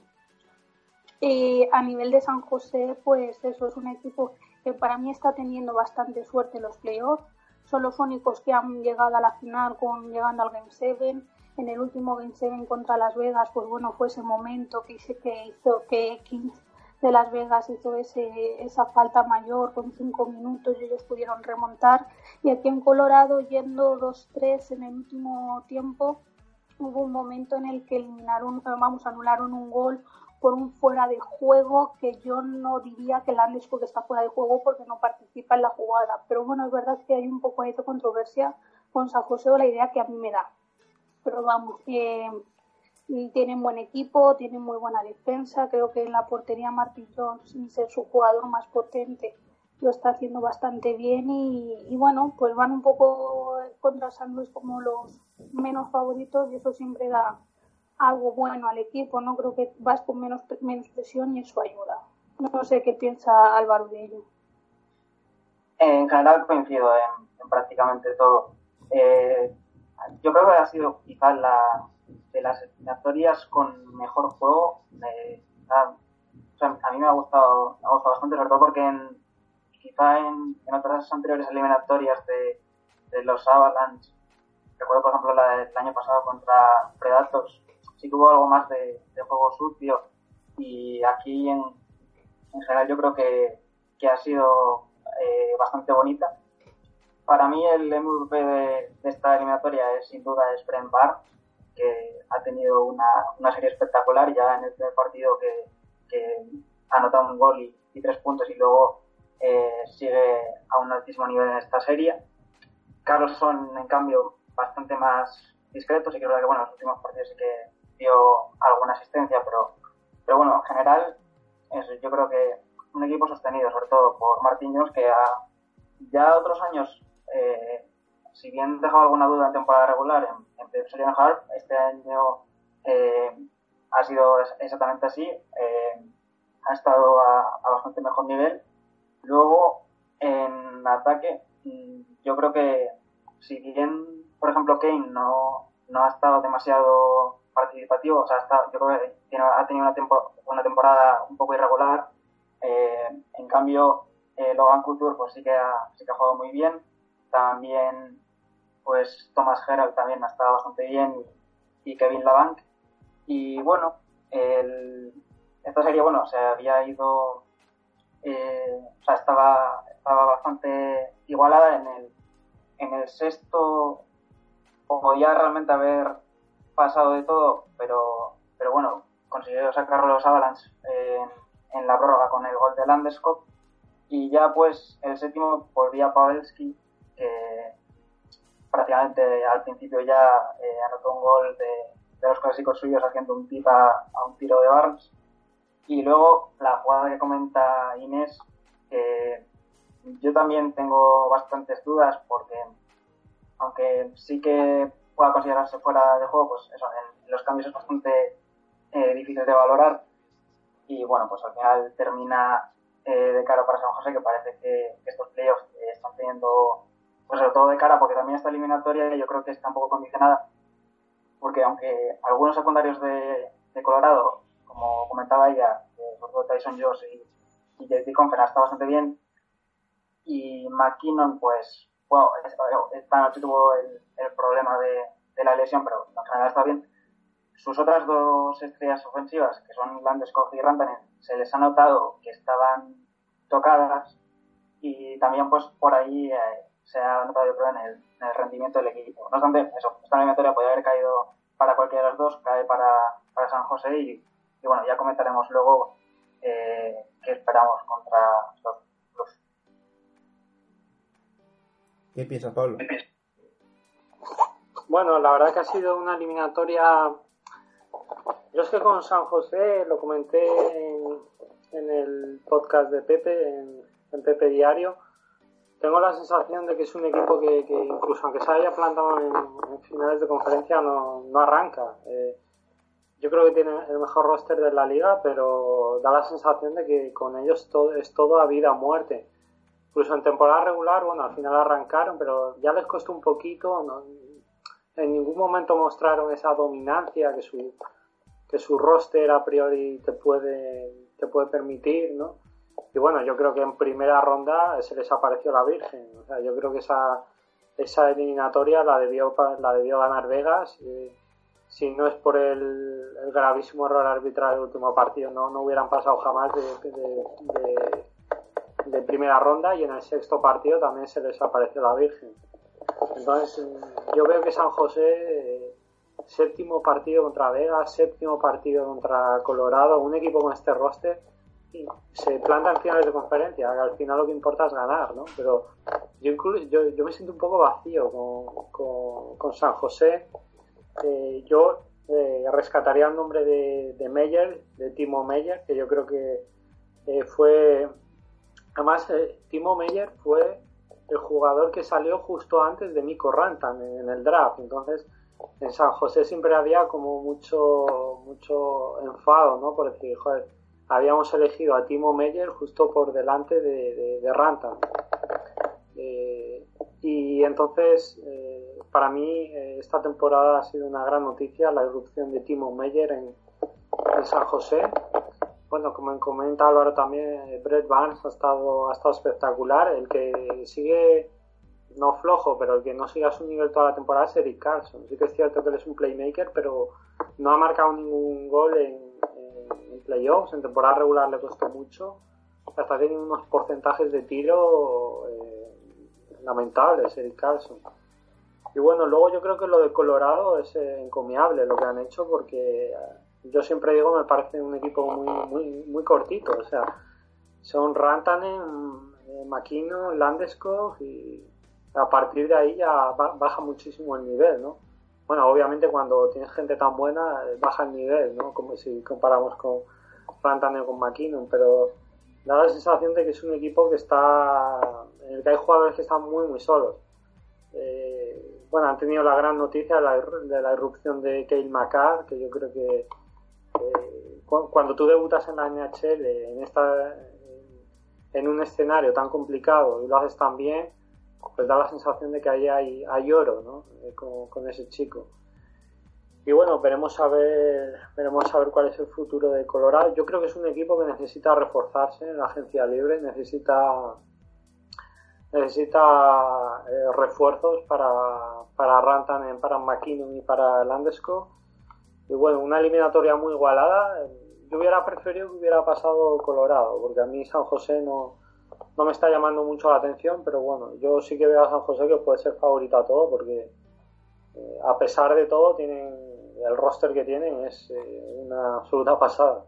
Y a nivel de San José, pues eso es un equipo que para mí está teniendo bastante suerte en los playoffs. Son los únicos que han llegado a la final llegando al Game 7. En el último Game 7 contra Las Vegas, pues bueno, fue ese momento que hizo que Kings de Las Vegas hizo esa falta mayor con 5 minutos y ellos pudieron remontar. Y aquí en Colorado, yendo 2-3 en el último tiempo, hubo un momento en el que anularon un gol por un fuera de juego, que yo no diría que Landeskog está fuera de juego porque no participa en la jugada. Pero bueno, es verdad que hay un poco de controversia con San José, o la idea que a mí me da. Pero vamos, tienen buen equipo, tienen muy buena defensa. Creo que en la portería Martin Jones, sin ser su jugador más potente, lo está haciendo bastante bien y bueno, pues van un poco contra San Luis como los menos favoritos y eso siempre da algo bueno al equipo, ¿no? Creo que vas con menos presión y eso ayuda. No sé qué piensa Álvaro de ello. En general coincido en prácticamente todo. Yo creo que ha sido quizás de las eliminatorias con mejor juego. A mí me ha gustado bastante, sobre todo porque quizá en otras anteriores eliminatorias de los Avalanche, recuerdo por ejemplo la del año pasado contra Predators, sí que hubo algo más de juego sucio, y aquí en general yo creo que ha sido bastante bonita. Para mí el MVP de esta eliminatoria es sin duda Brent Burns, que ha tenido una serie espectacular ya en el primer partido, que ha anotado un gol y 3 puntos, y luego sigue a un altísimo nivel en esta serie. Carlson, en cambio, bastante más discreto. Sí que es verdad que en los últimos partidos sí que dio alguna asistencia, pero bueno, en general yo creo que un equipo sostenido sobre todo por Martin Jones, que ya otros años, si bien dejaba alguna duda en temporada regular en Playoffs and Hard, este año ha sido exactamente así. Ha estado a bastante mejor nivel. Luego, en ataque, yo creo que si bien, por ejemplo, Kane no ha estado demasiado participativo, o sea, yo creo que ha tenido una temporada un poco irregular. En cambio, Logan Couture pues sí que ha jugado muy bien. También pues Thomas Herald también ha estado bastante bien, y Kevin Labanc. Y bueno, esta serie se había ido, estaba bastante igualada. En el sexto podía realmente haber pasado de todo, pero bueno, consiguió sacar los Avalanche en la prórroga con el gol de Landeskog. Y ya pues el séptimo volvía Pavelski, que prácticamente al principio ya anotó un gol de los clásicos suyos haciendo un tip a un tiro de Barnes. Y luego la jugada que comenta Inés, que yo también tengo bastantes dudas, porque aunque sí que pueda considerarse fuera de juego, pues eso, en los cambios es bastante difícil de valorar. Y bueno, pues al final termina de cara para San José, que parece que estos playoffs están teniendo, pues sobre todo de cara, porque también esta eliminatoria yo creo que está un poco condicionada, porque aunque algunos secundarios de Colorado, como comentaba ella, sobre todo Tyson Jones y JT Compton, está bastante bien, y McKinnon pues bueno, esta noche tuvo el problema de la lesión, pero en general está bien. Sus otras dos estrellas ofensivas, que son Landeskog y Rantanen, se les ha notado que estaban tocadas, y también pues por ahí se ha notado, yo creo, en el rendimiento del equipo. No obstante, esta eliminatoria podría haber caído para cualquiera de los dos, cae para San José, y bueno, ya comentaremos luego qué esperamos contra los Blues. ¿Qué piensas, Pablo? Bueno, la verdad que ha sido una eliminatoria. Yo es que con San José lo comenté en el podcast de Pepe, en Pepe Diario. Tengo la sensación de que es un equipo que incluso aunque se haya plantado en finales de conferencia no arranca. Yo creo que tiene el mejor roster de la liga, pero da la sensación de que con ellos es todo a vida o muerte. Incluso en temporada regular, bueno, al final arrancaron, pero ya les costó un poquito. En ningún momento mostraron esa dominancia que su roster a priori te puede permitir, ¿no? Y bueno, yo creo que en primera ronda se les apareció la Virgen. O sea, yo creo que esa eliminatoria la debió ganar Vegas. Si no es por el gravísimo error arbitral del último partido, no hubieran pasado jamás de primera ronda, y en el sexto partido también se les apareció la Virgen. Entonces yo veo que San José, séptimo partido contra Vegas, séptimo partido contra Colorado, un equipo con este roster, y se planta en finales de conferencia, que al final lo que importa es ganar, ¿no? Pero yo me siento un poco vacío con San José. Yo rescataría el nombre de Meyer, de Timo Meyer, que yo creo que fue... Además, Timo Meyer fue el jugador que salió justo antes de Mikko Rantanen en el draft. Entonces, en San José siempre había como mucho enfado, ¿no? Por decir, joder, habíamos elegido a Timo Meyer justo por delante de Rantanen. Y entonces, para mí, esta temporada ha sido una gran noticia, la irrupción de Timo Meyer en San José. bueno, como comenta Álvaro también, Brett Barnes ha estado espectacular. El que sigue, no flojo, pero el que no sigue a su nivel toda la temporada es Eric Carlson. Sí que es cierto que él es un playmaker, pero no ha marcado ningún gol en playoffs. En temporada regular le costó mucho. Hasta tiene unos porcentajes de tiro lamentables, Eric Carlson. Y bueno, luego yo creo que lo de Colorado es encomiable lo que han hecho, porque yo siempre digo, me parece un equipo muy cortito. O sea, son Rantanen, McKinnon, Landeskog, y a partir de ahí ya baja muchísimo el nivel, ¿no? Bueno, obviamente cuando tienes gente tan buena baja el nivel, ¿no? Como si comparamos con Rantanen o con McKinnon, pero da la sensación de que es un equipo que en el que hay jugadores que están muy solos. Bueno, han tenido la gran noticia de la irrupción de Cale Makar, que yo creo que cuando tú debutas en la NHL en un escenario tan complicado y lo haces tan bien, pues da la sensación de que ahí hay oro, ¿no? Con ese chico. Y bueno, veremos a ver cuál es el futuro de Colorado. Yo creo que es un equipo que necesita reforzarse en la agencia libre, necesita refuerzos para Rantanen, para McKinnon y para Landeskog. Y bueno, una eliminatoria muy igualada. Yo hubiera preferido que hubiera pasado Colorado, porque a mí San José no me está llamando mucho la atención, pero bueno, yo sí que veo a San José que puede ser favorito a todo, porque a pesar de todo el roster que tienen es una absoluta pasada.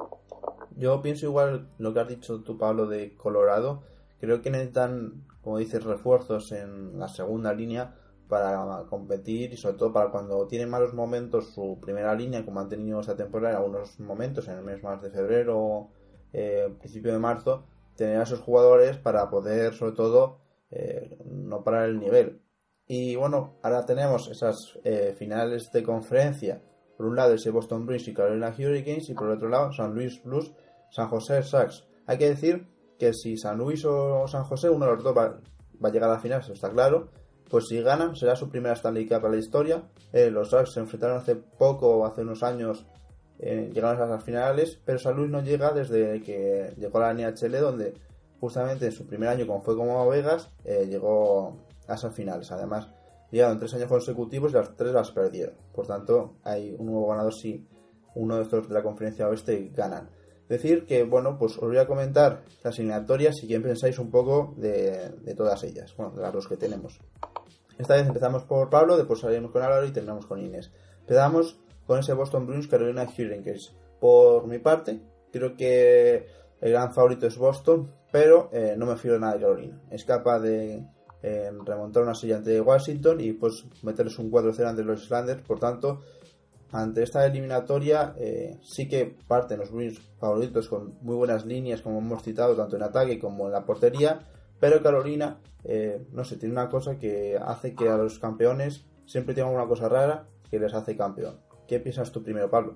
Yo pienso igual lo que has dicho tú, Pablo, de Colorado. Creo que necesitan, como dices, refuerzos en la segunda línea para competir, y sobre todo para cuando tienen malos momentos su primera línea, como han tenido esta temporada en algunos momentos, en el mes más de febrero, principio de marzo, tener a esos jugadores para poder, sobre todo, no parar el nivel. Y bueno, ahora tenemos esas finales de conferencia. Por un lado ese Boston Bruins y Carolina Hurricanes, y por el otro lado San Luis Blues, San José Sharks. Hay que decir que si San Luis o San José, uno de los dos va a llegar a la final, eso está claro. Pues si ganan, será su primera Stanley Cup en la historia. Los Sharks se enfrentaron hace unos años, llegaron a las finales, pero San Luis no llega desde que llegó a la NHL, donde justamente en su primer año, como fue como Vegas, llegó a esas finales. Además, llegaron 3 años consecutivos y las 3 las perdieron. Por tanto, hay un nuevo ganador si uno de estos de la conferencia oeste ganan. Decir que, bueno, pues os voy a comentar las eliminatorias si bien pensáis un poco de todas ellas. Bueno, de las dos que tenemos. Esta vez empezamos por Pablo, después salimos con Álvaro y terminamos con Inés. Empezamos con ese Boston Bruins Carolina Hurricanes. Por mi parte, creo que el gran favorito es Boston, pero no me fío de nada de Carolina. Es capaz de remontar una serie ante Washington y pues meterles un 4-0 ante los Islanders. Por tanto, ante esta eliminatoria sí que parten los Bruins favoritos con muy buenas líneas, como hemos citado, tanto en ataque como en la portería. Pero Carolina, no sé, tiene una cosa que hace que a los campeones siempre tengan una cosa rara que les hace campeón. ¿Qué piensas tú primero, Pablo?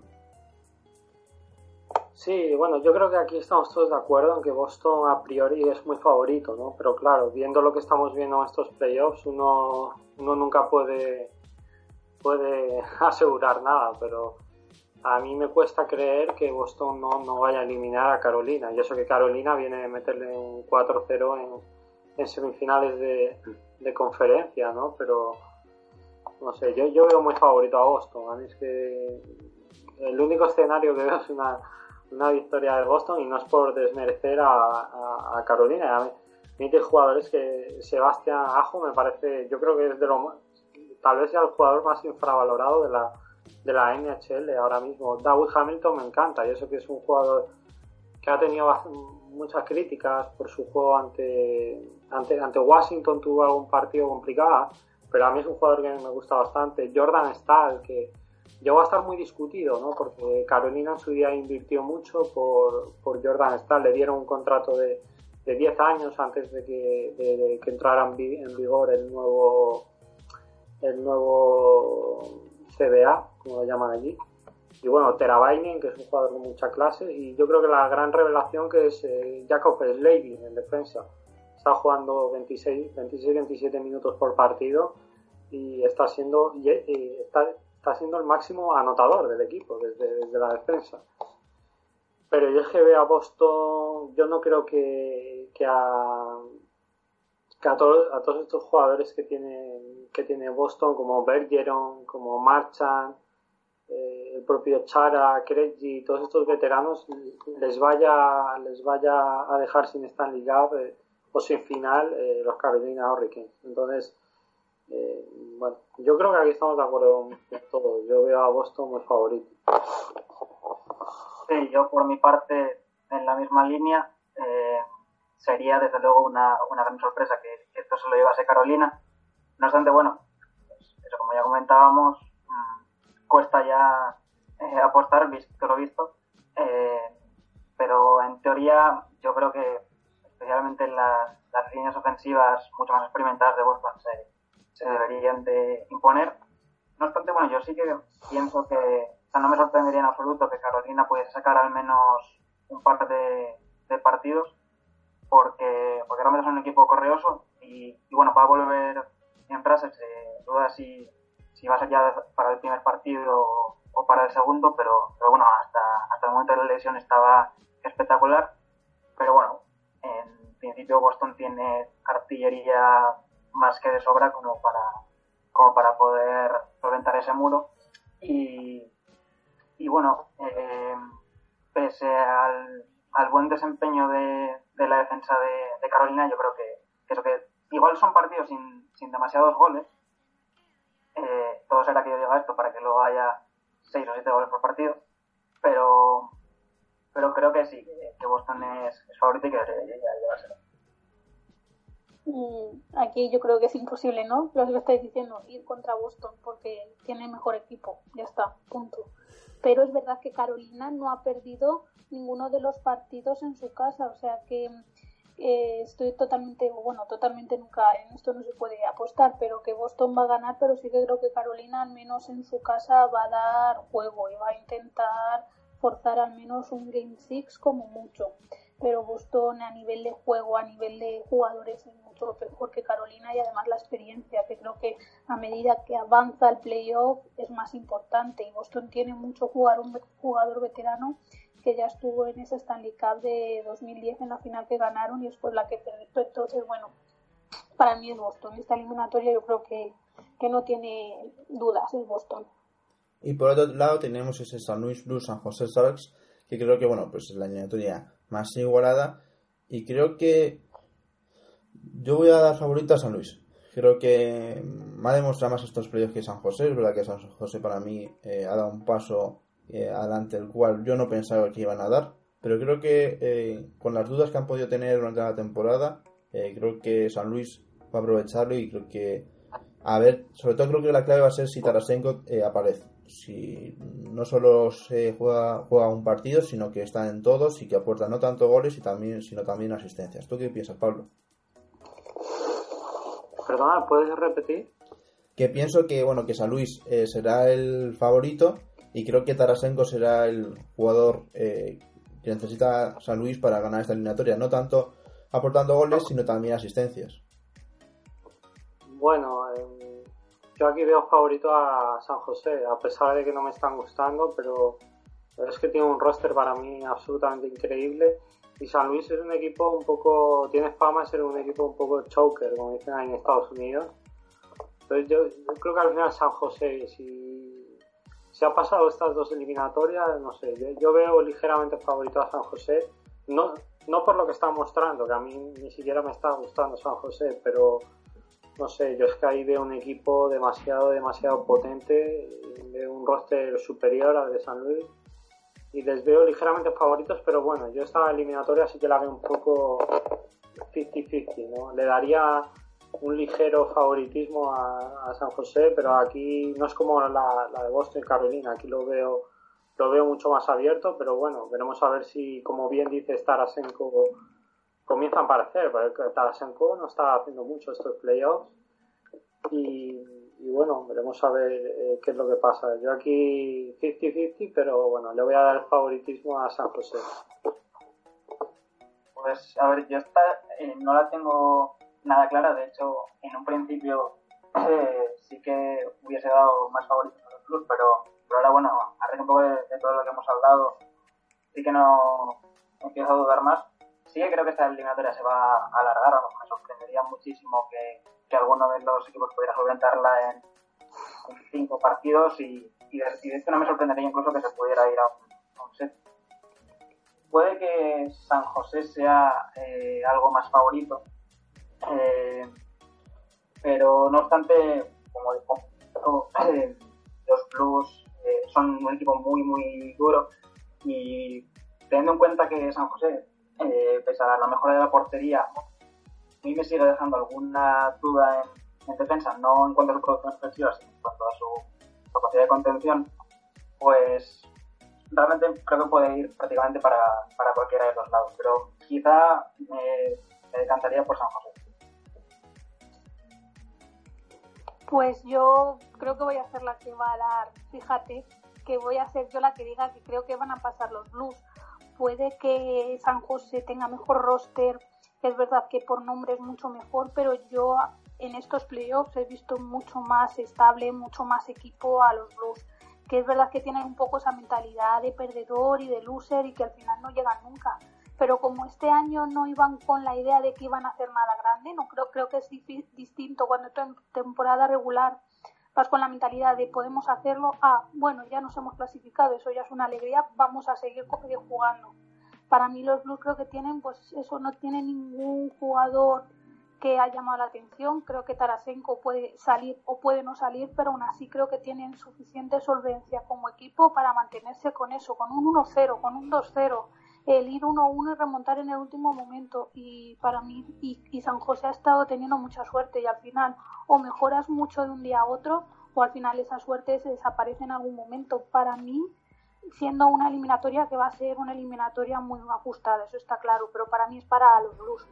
Sí, bueno, yo creo que aquí estamos todos de acuerdo en que Boston a priori es muy favorito, ¿no? Pero claro, viendo lo que estamos viendo en estos playoffs, uno nunca puede asegurar nada, pero a mí me cuesta creer que Boston no vaya a eliminar a Carolina. Y eso que Carolina viene de meterle un 4-0 en semifinales de conferencia, ¿no? Pero no sé, yo veo muy favorito a Boston. A mí es que el único escenario que veo es una victoria de Boston, y no es por desmerecer a Carolina. A mí de jugadores que Sebastián Aho me parece, yo creo que es tal vez sea el jugador más infravalorado de la NHL ahora mismo. Dougie Hamilton me encanta, y eso que es un jugador que ha tenido muchas críticas por su juego ante Washington. Tuvo algún partido complicado, pero a mí es un jugador que me gusta bastante. Jordan Staal, que llegó a estar muy discutido, ¿no? Porque Carolina en su día invirtió mucho por Jordan Staal. Le dieron un contrato de 10 años antes de que entrara en vigor el nuevo CBA, como lo llaman allí. Y bueno, Teravainen, que es un jugador con mucha clase, y yo creo que la gran revelación que es Jacob Slavin en defensa. Está jugando 26-27 minutos por partido y está siendo el máximo anotador del equipo desde la defensa. Pero yo es que veo a Boston, yo no creo que a todos estos jugadores que tiene Boston, como Bergeron, como Marchand, el propio Chara, Krejci, todos estos veteranos, les vaya a dejar sin Stanley Cup o sin final los Carolina Hurricanes. Entonces, bueno, yo creo que aquí estamos de acuerdo en todo. Yo veo a Boston muy favorito. Sí, yo por mi parte, en la misma línea, sería desde luego una gran sorpresa que esto se lo llevase Carolina. No obstante, bueno, pues eso, como ya comentábamos, cuesta ya apostar, visto lo visto, pero en teoría yo creo que especialmente las líneas ofensivas mucho más experimentadas de Boston se deberían de imponer. No obstante, bueno, yo sí que pienso que, o sea, no me sorprendería en absoluto que Carolina pudiese sacar al menos un par de partidos, porque realmente es un equipo correoso y bueno, va a volver en Russell, se duda si va a ser ya para el primer partido o para el segundo, pero bueno, hasta el momento de la lesión estaba espectacular. Pero bueno, en principio Boston tiene artillería más que de sobra como para poder solventar ese muro. Y bueno, pese al buen desempeño de la defensa de Carolina, yo creo que eso, que igual son partidos sin demasiados goles. Todo será que yo diga esto para que luego haya 6 o 7 goles por partido, pero creo que sí, que Boston es favorito y que debería llevárselo. Aquí yo creo que es imposible, ¿no? Lo que estáis diciendo, ir contra Boston porque tiene mejor equipo, ya está, punto. Pero es verdad que Carolina no ha perdido ninguno de los partidos en su casa, o sea que estoy totalmente nunca, en esto no se puede apostar, pero que Boston va a ganar, pero sí que creo que Carolina al menos en su casa va a dar juego y va a intentar forzar al menos un Game 6 como mucho. Pero Boston a nivel de juego, a nivel de jugadores es mucho mejor que Carolina y además la experiencia, que creo que a medida que avanza el playoff es más importante y Boston tiene mucho un jugador veterano que ya estuvo en ese Stanley Cup de 2010 en la final que ganaron y después la que perdió. Entonces, bueno, para mí es Boston. Esta eliminatoria yo creo que no tiene dudas, es Boston. Y por otro lado tenemos ese San Luis Blues San José Sharks, que creo que bueno, pues es la eliminatoria más igualada y creo que yo voy a dar favorito a San Luis. Creo que me ha demostrado más estos playoffs que San José. Es verdad que San José para mí ha dado un paso adelante, el cual yo no pensaba que iban a dar, pero creo que con las dudas que han podido tener durante la temporada, creo que San Luis va a aprovecharlo y creo que, a ver, sobre todo creo que la clave va a ser si Tarasenko aparece. Si no solo se juega un partido, sino que está en todos y que aporta no tanto goles sino también asistencias. ¿Tú qué piensas, Pablo? Perdona, ¿puedes repetir? Que pienso que bueno, que San Luis será el favorito y creo que Tarasenko será el jugador que necesita San Luis para ganar esta eliminatoria, no tanto aportando goles sino también asistencias. Bueno, yo aquí veo favorito a San José, a pesar de que no me están gustando, pero es que tiene un roster para mí absolutamente increíble y San Luis es un equipo un poco, tiene fama de ser un equipo un poco choker, como dicen ahí en Estados Unidos. Entonces yo creo que al final San José, si ha pasado estas dos eliminatorias, no sé, yo veo ligeramente favorito a San José, no por lo que está mostrando, que a mí ni siquiera me está gustando San José, pero no sé, yo es que ahí veo un equipo demasiado potente, veo un roster superior al de San Luis y les veo ligeramente favoritos, pero bueno, yo esta eliminatoria sí que la veo un poco 50-50, ¿no? Le daría un ligero favoritismo a San José, pero aquí no es como la de Boston y Carolina, aquí lo veo mucho más abierto, pero bueno, veremos a ver si, como bien dice Tarasenko, comienza a aparecer, porque Tarasenko no está haciendo mucho estos playoffs y bueno, veremos a ver qué es lo que pasa. Yo aquí 50-50, pero bueno, le voy a dar el favoritismo a San José. Pues a ver, yo esta no la tengo nada clara, de hecho en un principio sí que hubiese dado más favoritos a los Blues, pero ahora bueno, a raíz un poco de todo lo que hemos hablado sí que no empiezo a dudar más. Sí que creo que esta eliminatoria se va a alargar, vamos, me sorprendería muchísimo que alguno de los equipos pudiera solventarla en 5 partidos y de esto no me sorprendería incluso que se pudiera ir a un set. Puede que San José sea algo más favorito, pero no obstante, como digo, los Blues son un equipo muy muy duro y teniendo en cuenta que San José, pese a la mejora de la portería, a mí me sigue dejando alguna duda en defensa, no en cuanto a su producción ofensiva, sino en cuanto a su capacidad de contención, pues realmente creo que puede ir prácticamente para cualquiera de los lados, pero quizá me decantaría por San José. Pues yo creo que voy a ser la que va a dar, fíjate, que voy a ser yo la que diga que creo que van a pasar los Blues. Puede que San José tenga mejor roster, es verdad que por nombre es mucho mejor, pero yo en estos playoffs he visto mucho más estable, mucho más equipo a los Blues, que es verdad que tienen un poco esa mentalidad de perdedor y de loser y que al final no llegan nunca. Pero como este año no iban con la idea de que iban a hacer nada grande, no creo que es distinto cuando tú en temporada regular vas con la mentalidad de podemos hacerlo, bueno, ya nos hemos clasificado, eso ya es una alegría, vamos a seguir jugando. Para mí los Blues creo que tienen, pues eso, no tiene ningún jugador que ha llamado la atención. Creo que Tarasenko puede salir o puede no salir, pero aún así creo que tienen suficiente solvencia como equipo para mantenerse con eso, con un 1-0, con un 2-0, el ir 1-1 y remontar en el último momento. Y para mí, y San José ha estado teniendo mucha suerte y al final o mejoras mucho de un día a otro o al final esa suerte se desaparece en algún momento. Para mí, siendo una eliminatoria que va a ser una eliminatoria muy ajustada, eso está claro, pero para mí es para los Blues.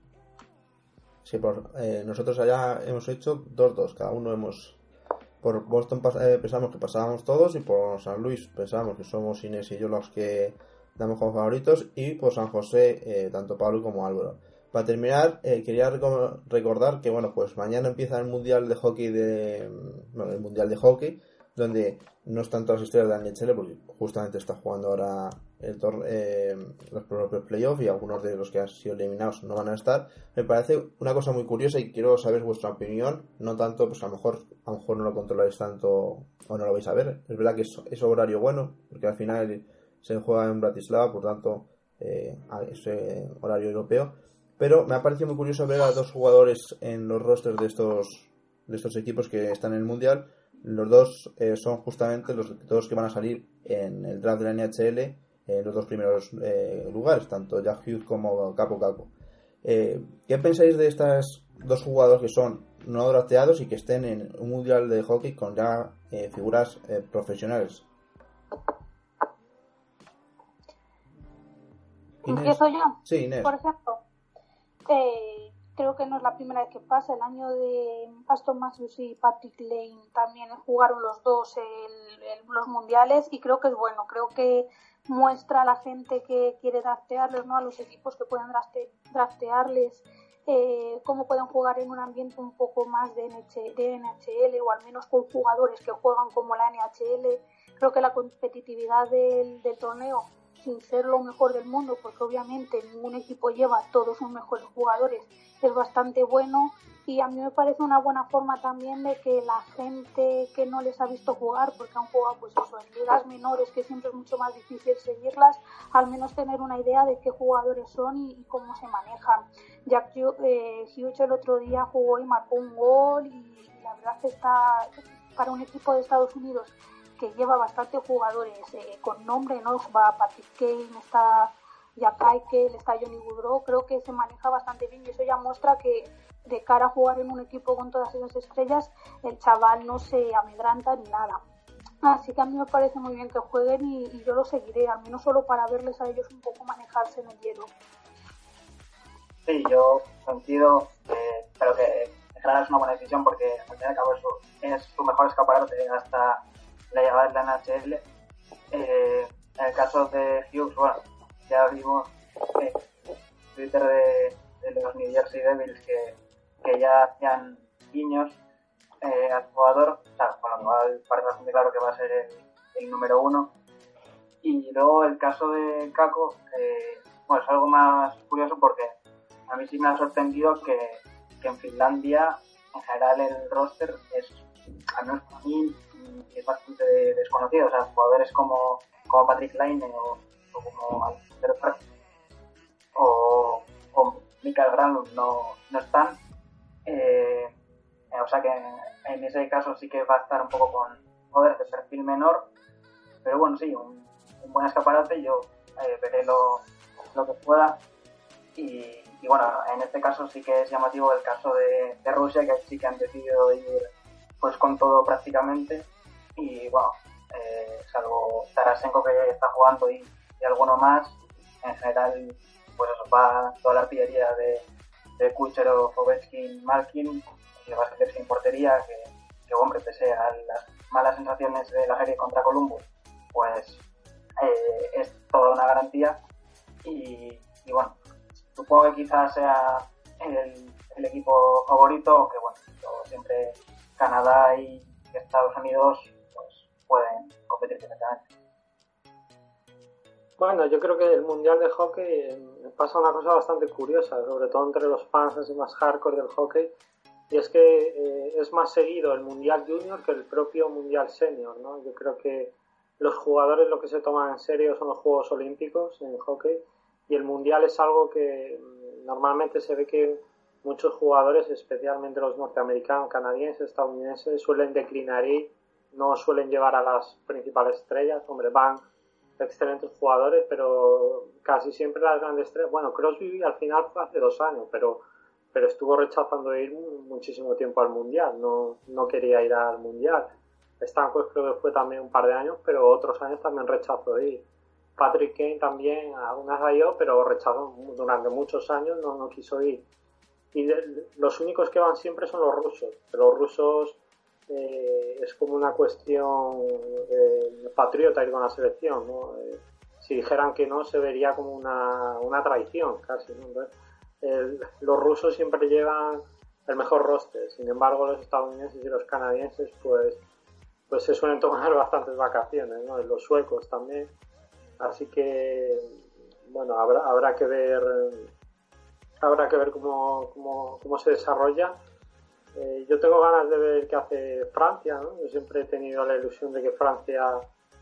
Sí, nosotros allá hemos hecho 2-2, cada uno hemos... Por Boston pensamos que pasábamos todos y por San Luis pensamos que somos Inés y yo los que damos como favoritos y por San José tanto Pablo como Álvaro. Para terminar, quería recordar que bueno, pues mañana empieza el Mundial de Hockey el Mundial de Hockey, donde no están todas las historias de la NHL porque justamente está jugando ahora los propios playoffs y algunos de los que han sido eliminados no van a estar. Me parece una cosa muy curiosa y quiero saber vuestra opinión, no tanto, pues a lo mejor no lo controláis tanto o no lo vais a ver. Es verdad que es horario bueno porque al final se juega en Bratislava, por tanto es horario europeo, pero me ha parecido muy curioso ver a dos jugadores en los rosters de estos equipos que están en el Mundial. Los dos son justamente los dos que van a salir en el draft de la NHL en los dos primeros lugares, tanto Jack Hughes como Capo Caco. ¿Qué pensáis de estos dos jugadores que son no drafteados y que estén en un Mundial de Hockey con ya figuras profesionales? ¿Empiezo yo? Sí, Inés. Por ejemplo, creo que no es la primera vez que pasa. El año de Aston Matthews y Patrick Lane también jugaron los dos los mundiales y creo que es bueno. Creo que muestra a la gente que quiere draftearles, ¿no? A los equipos que puedan draftearles, cómo pueden jugar en un ambiente un poco más de NHL o al menos con jugadores que juegan como la NHL. Creo que la competitividad del torneo, sin ser lo mejor del mundo, porque obviamente ningún equipo lleva todos sus mejores jugadores, es bastante bueno y a mí me parece una buena forma también de que la gente que no les ha visto jugar, porque han jugado pues eso, en ligas menores, que siempre es mucho más difícil seguirlas, al menos tener una idea de qué jugadores son y cómo se manejan. Jack Hughes el otro día jugó y marcó un gol y la verdad que está para un equipo de Estados Unidos que lleva bastantes jugadores con nombre, ¿no? Va Patrick Kane, está Jack Eichel, está Johnny Gaudreau, creo que se maneja bastante bien y eso ya muestra que de cara a jugar en un equipo con todas esas estrellas, el chaval no se amedranta ni nada. Así que a mí me parece muy bien que jueguen y yo lo seguiré, al menos solo para verles a ellos un poco manejarse en el hielo. Sí, yo coincido, pero que en general es una buena decisión porque al fin y al cabo es su mejor escaparate hasta la llegada de la NHL. En el caso de Hughes, bueno, ya vimos en Twitter de los New Jersey Devils que ya hacían guiños al jugador, o sea, con lo cual parece bastante claro que va a ser el número 1. Y Y luego el caso de Kako, bueno, es algo más curioso porque a mí sí me ha sorprendido que en Finlandia, en general, el roster es, al menos para mí, es bastante desconocido. O sea, jugadores como Patrick Laine o como Alexander Park o Mikael Granlund no están. O sea que en ese caso sí que va a estar un poco con jugadores de perfil menor. Pero bueno, sí, un buen escaparate. Yo veré lo que pueda. Y bueno, en este caso sí que es llamativo el caso de Rusia, que sí que han decidido ir pues con todo prácticamente. Y bueno, salvo Tarasenko, que está jugando, y alguno más, en general, pues eso, va toda la artillería de Kucherov, Ovechkin, Malkin, y va a ser sin portería, que hombre, pese a las malas sensaciones de la serie contra Columbus, pues es toda una garantía. Y bueno, supongo que quizás sea el equipo favorito, aunque bueno, siempre Canadá y Estados Unidos pues pueden competir perfectamente. Bueno, yo creo que el Mundial de Hockey pasa una cosa bastante curiosa, sobre todo entre los fans así más hardcore del hockey, y es que es más seguido el Mundial Junior que el propio Mundial Senior, ¿no? Yo creo que los jugadores lo que se toman en serio son los Juegos Olímpicos en hockey, y el Mundial es algo que normalmente se ve que muchos jugadores, especialmente los norteamericanos, canadienses, estadounidenses, suelen declinar y no suelen llevar a las principales estrellas. Hombre, van excelentes jugadores, pero casi siempre las grandes estrellas. Bueno, Crosby al final fue hace 2 años, pero estuvo rechazando ir muchísimo tiempo al Mundial, no quería ir al Mundial. Stamkos creo que fue también un par de años, pero otros años también rechazó ir. Patrick Kane también algunas ha ido, pero rechazó durante muchos años, no quiso ir. Y los únicos que van siempre son los rusos, pero los rusos es como una cuestión patriota ir con la selección, ¿no? Si dijeran que no, se vería como una traición casi, ¿no? Entonces, los rusos siempre llevan el mejor roster, sin embargo los estadounidenses y los canadienses pues se suelen tomar bastantes vacaciones, ¿no? Y los suecos también, así que bueno, habrá que ver cómo se desarrolla. Yo tengo ganas de ver qué hace Francia, ¿no? Yo siempre he tenido la ilusión de que Francia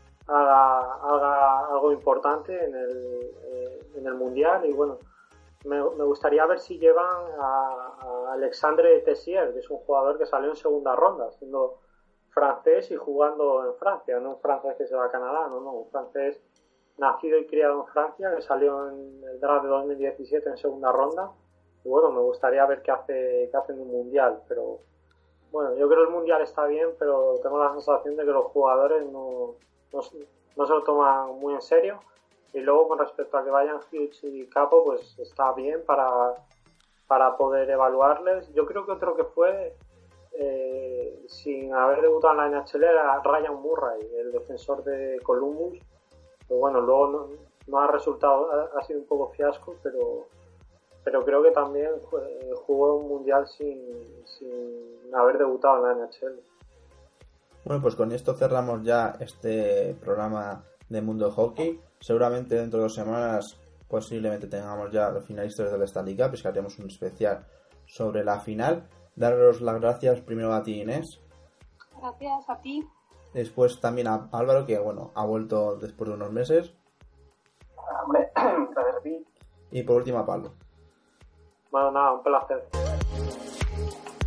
haga algo importante en el Mundial, y bueno, me gustaría ver si llevan a Alexandre Tessier, que es un jugador que salió en segunda ronda, siendo francés y jugando en Francia, no un francés que se va a Canadá, no, un francés nacido y criado en Francia, que salió en el draft de 2017 en segunda ronda. Y bueno, me gustaría ver qué hace en un Mundial, pero bueno, yo creo que el Mundial está bien, pero tengo la sensación de que los jugadores no se lo toman muy en serio. Y luego, con respecto a que vayan Hughes y Capo, pues está bien para poder evaluarles. Yo creo que otro que fue sin haber debutado en la NHL era Ryan Murray, el defensor de Columbus. Pero bueno, luego no ha resultado, ha sido un poco fiasco, pero creo que también jugó un Mundial sin haber debutado en la NHL. Bueno, pues con esto cerramos ya este programa de Mundo Hockey. Seguramente dentro de 2 semanas posiblemente tengamos ya los finalistas de la Stanley Cup, y que haremos un especial sobre la final. Daros las gracias primero a ti, Inés. Gracias a ti. Después también a Álvaro, que bueno, ha vuelto después de unos meses. Hombre, gracias a ti. Y por último a Pablo. Bueno, nada, un placer.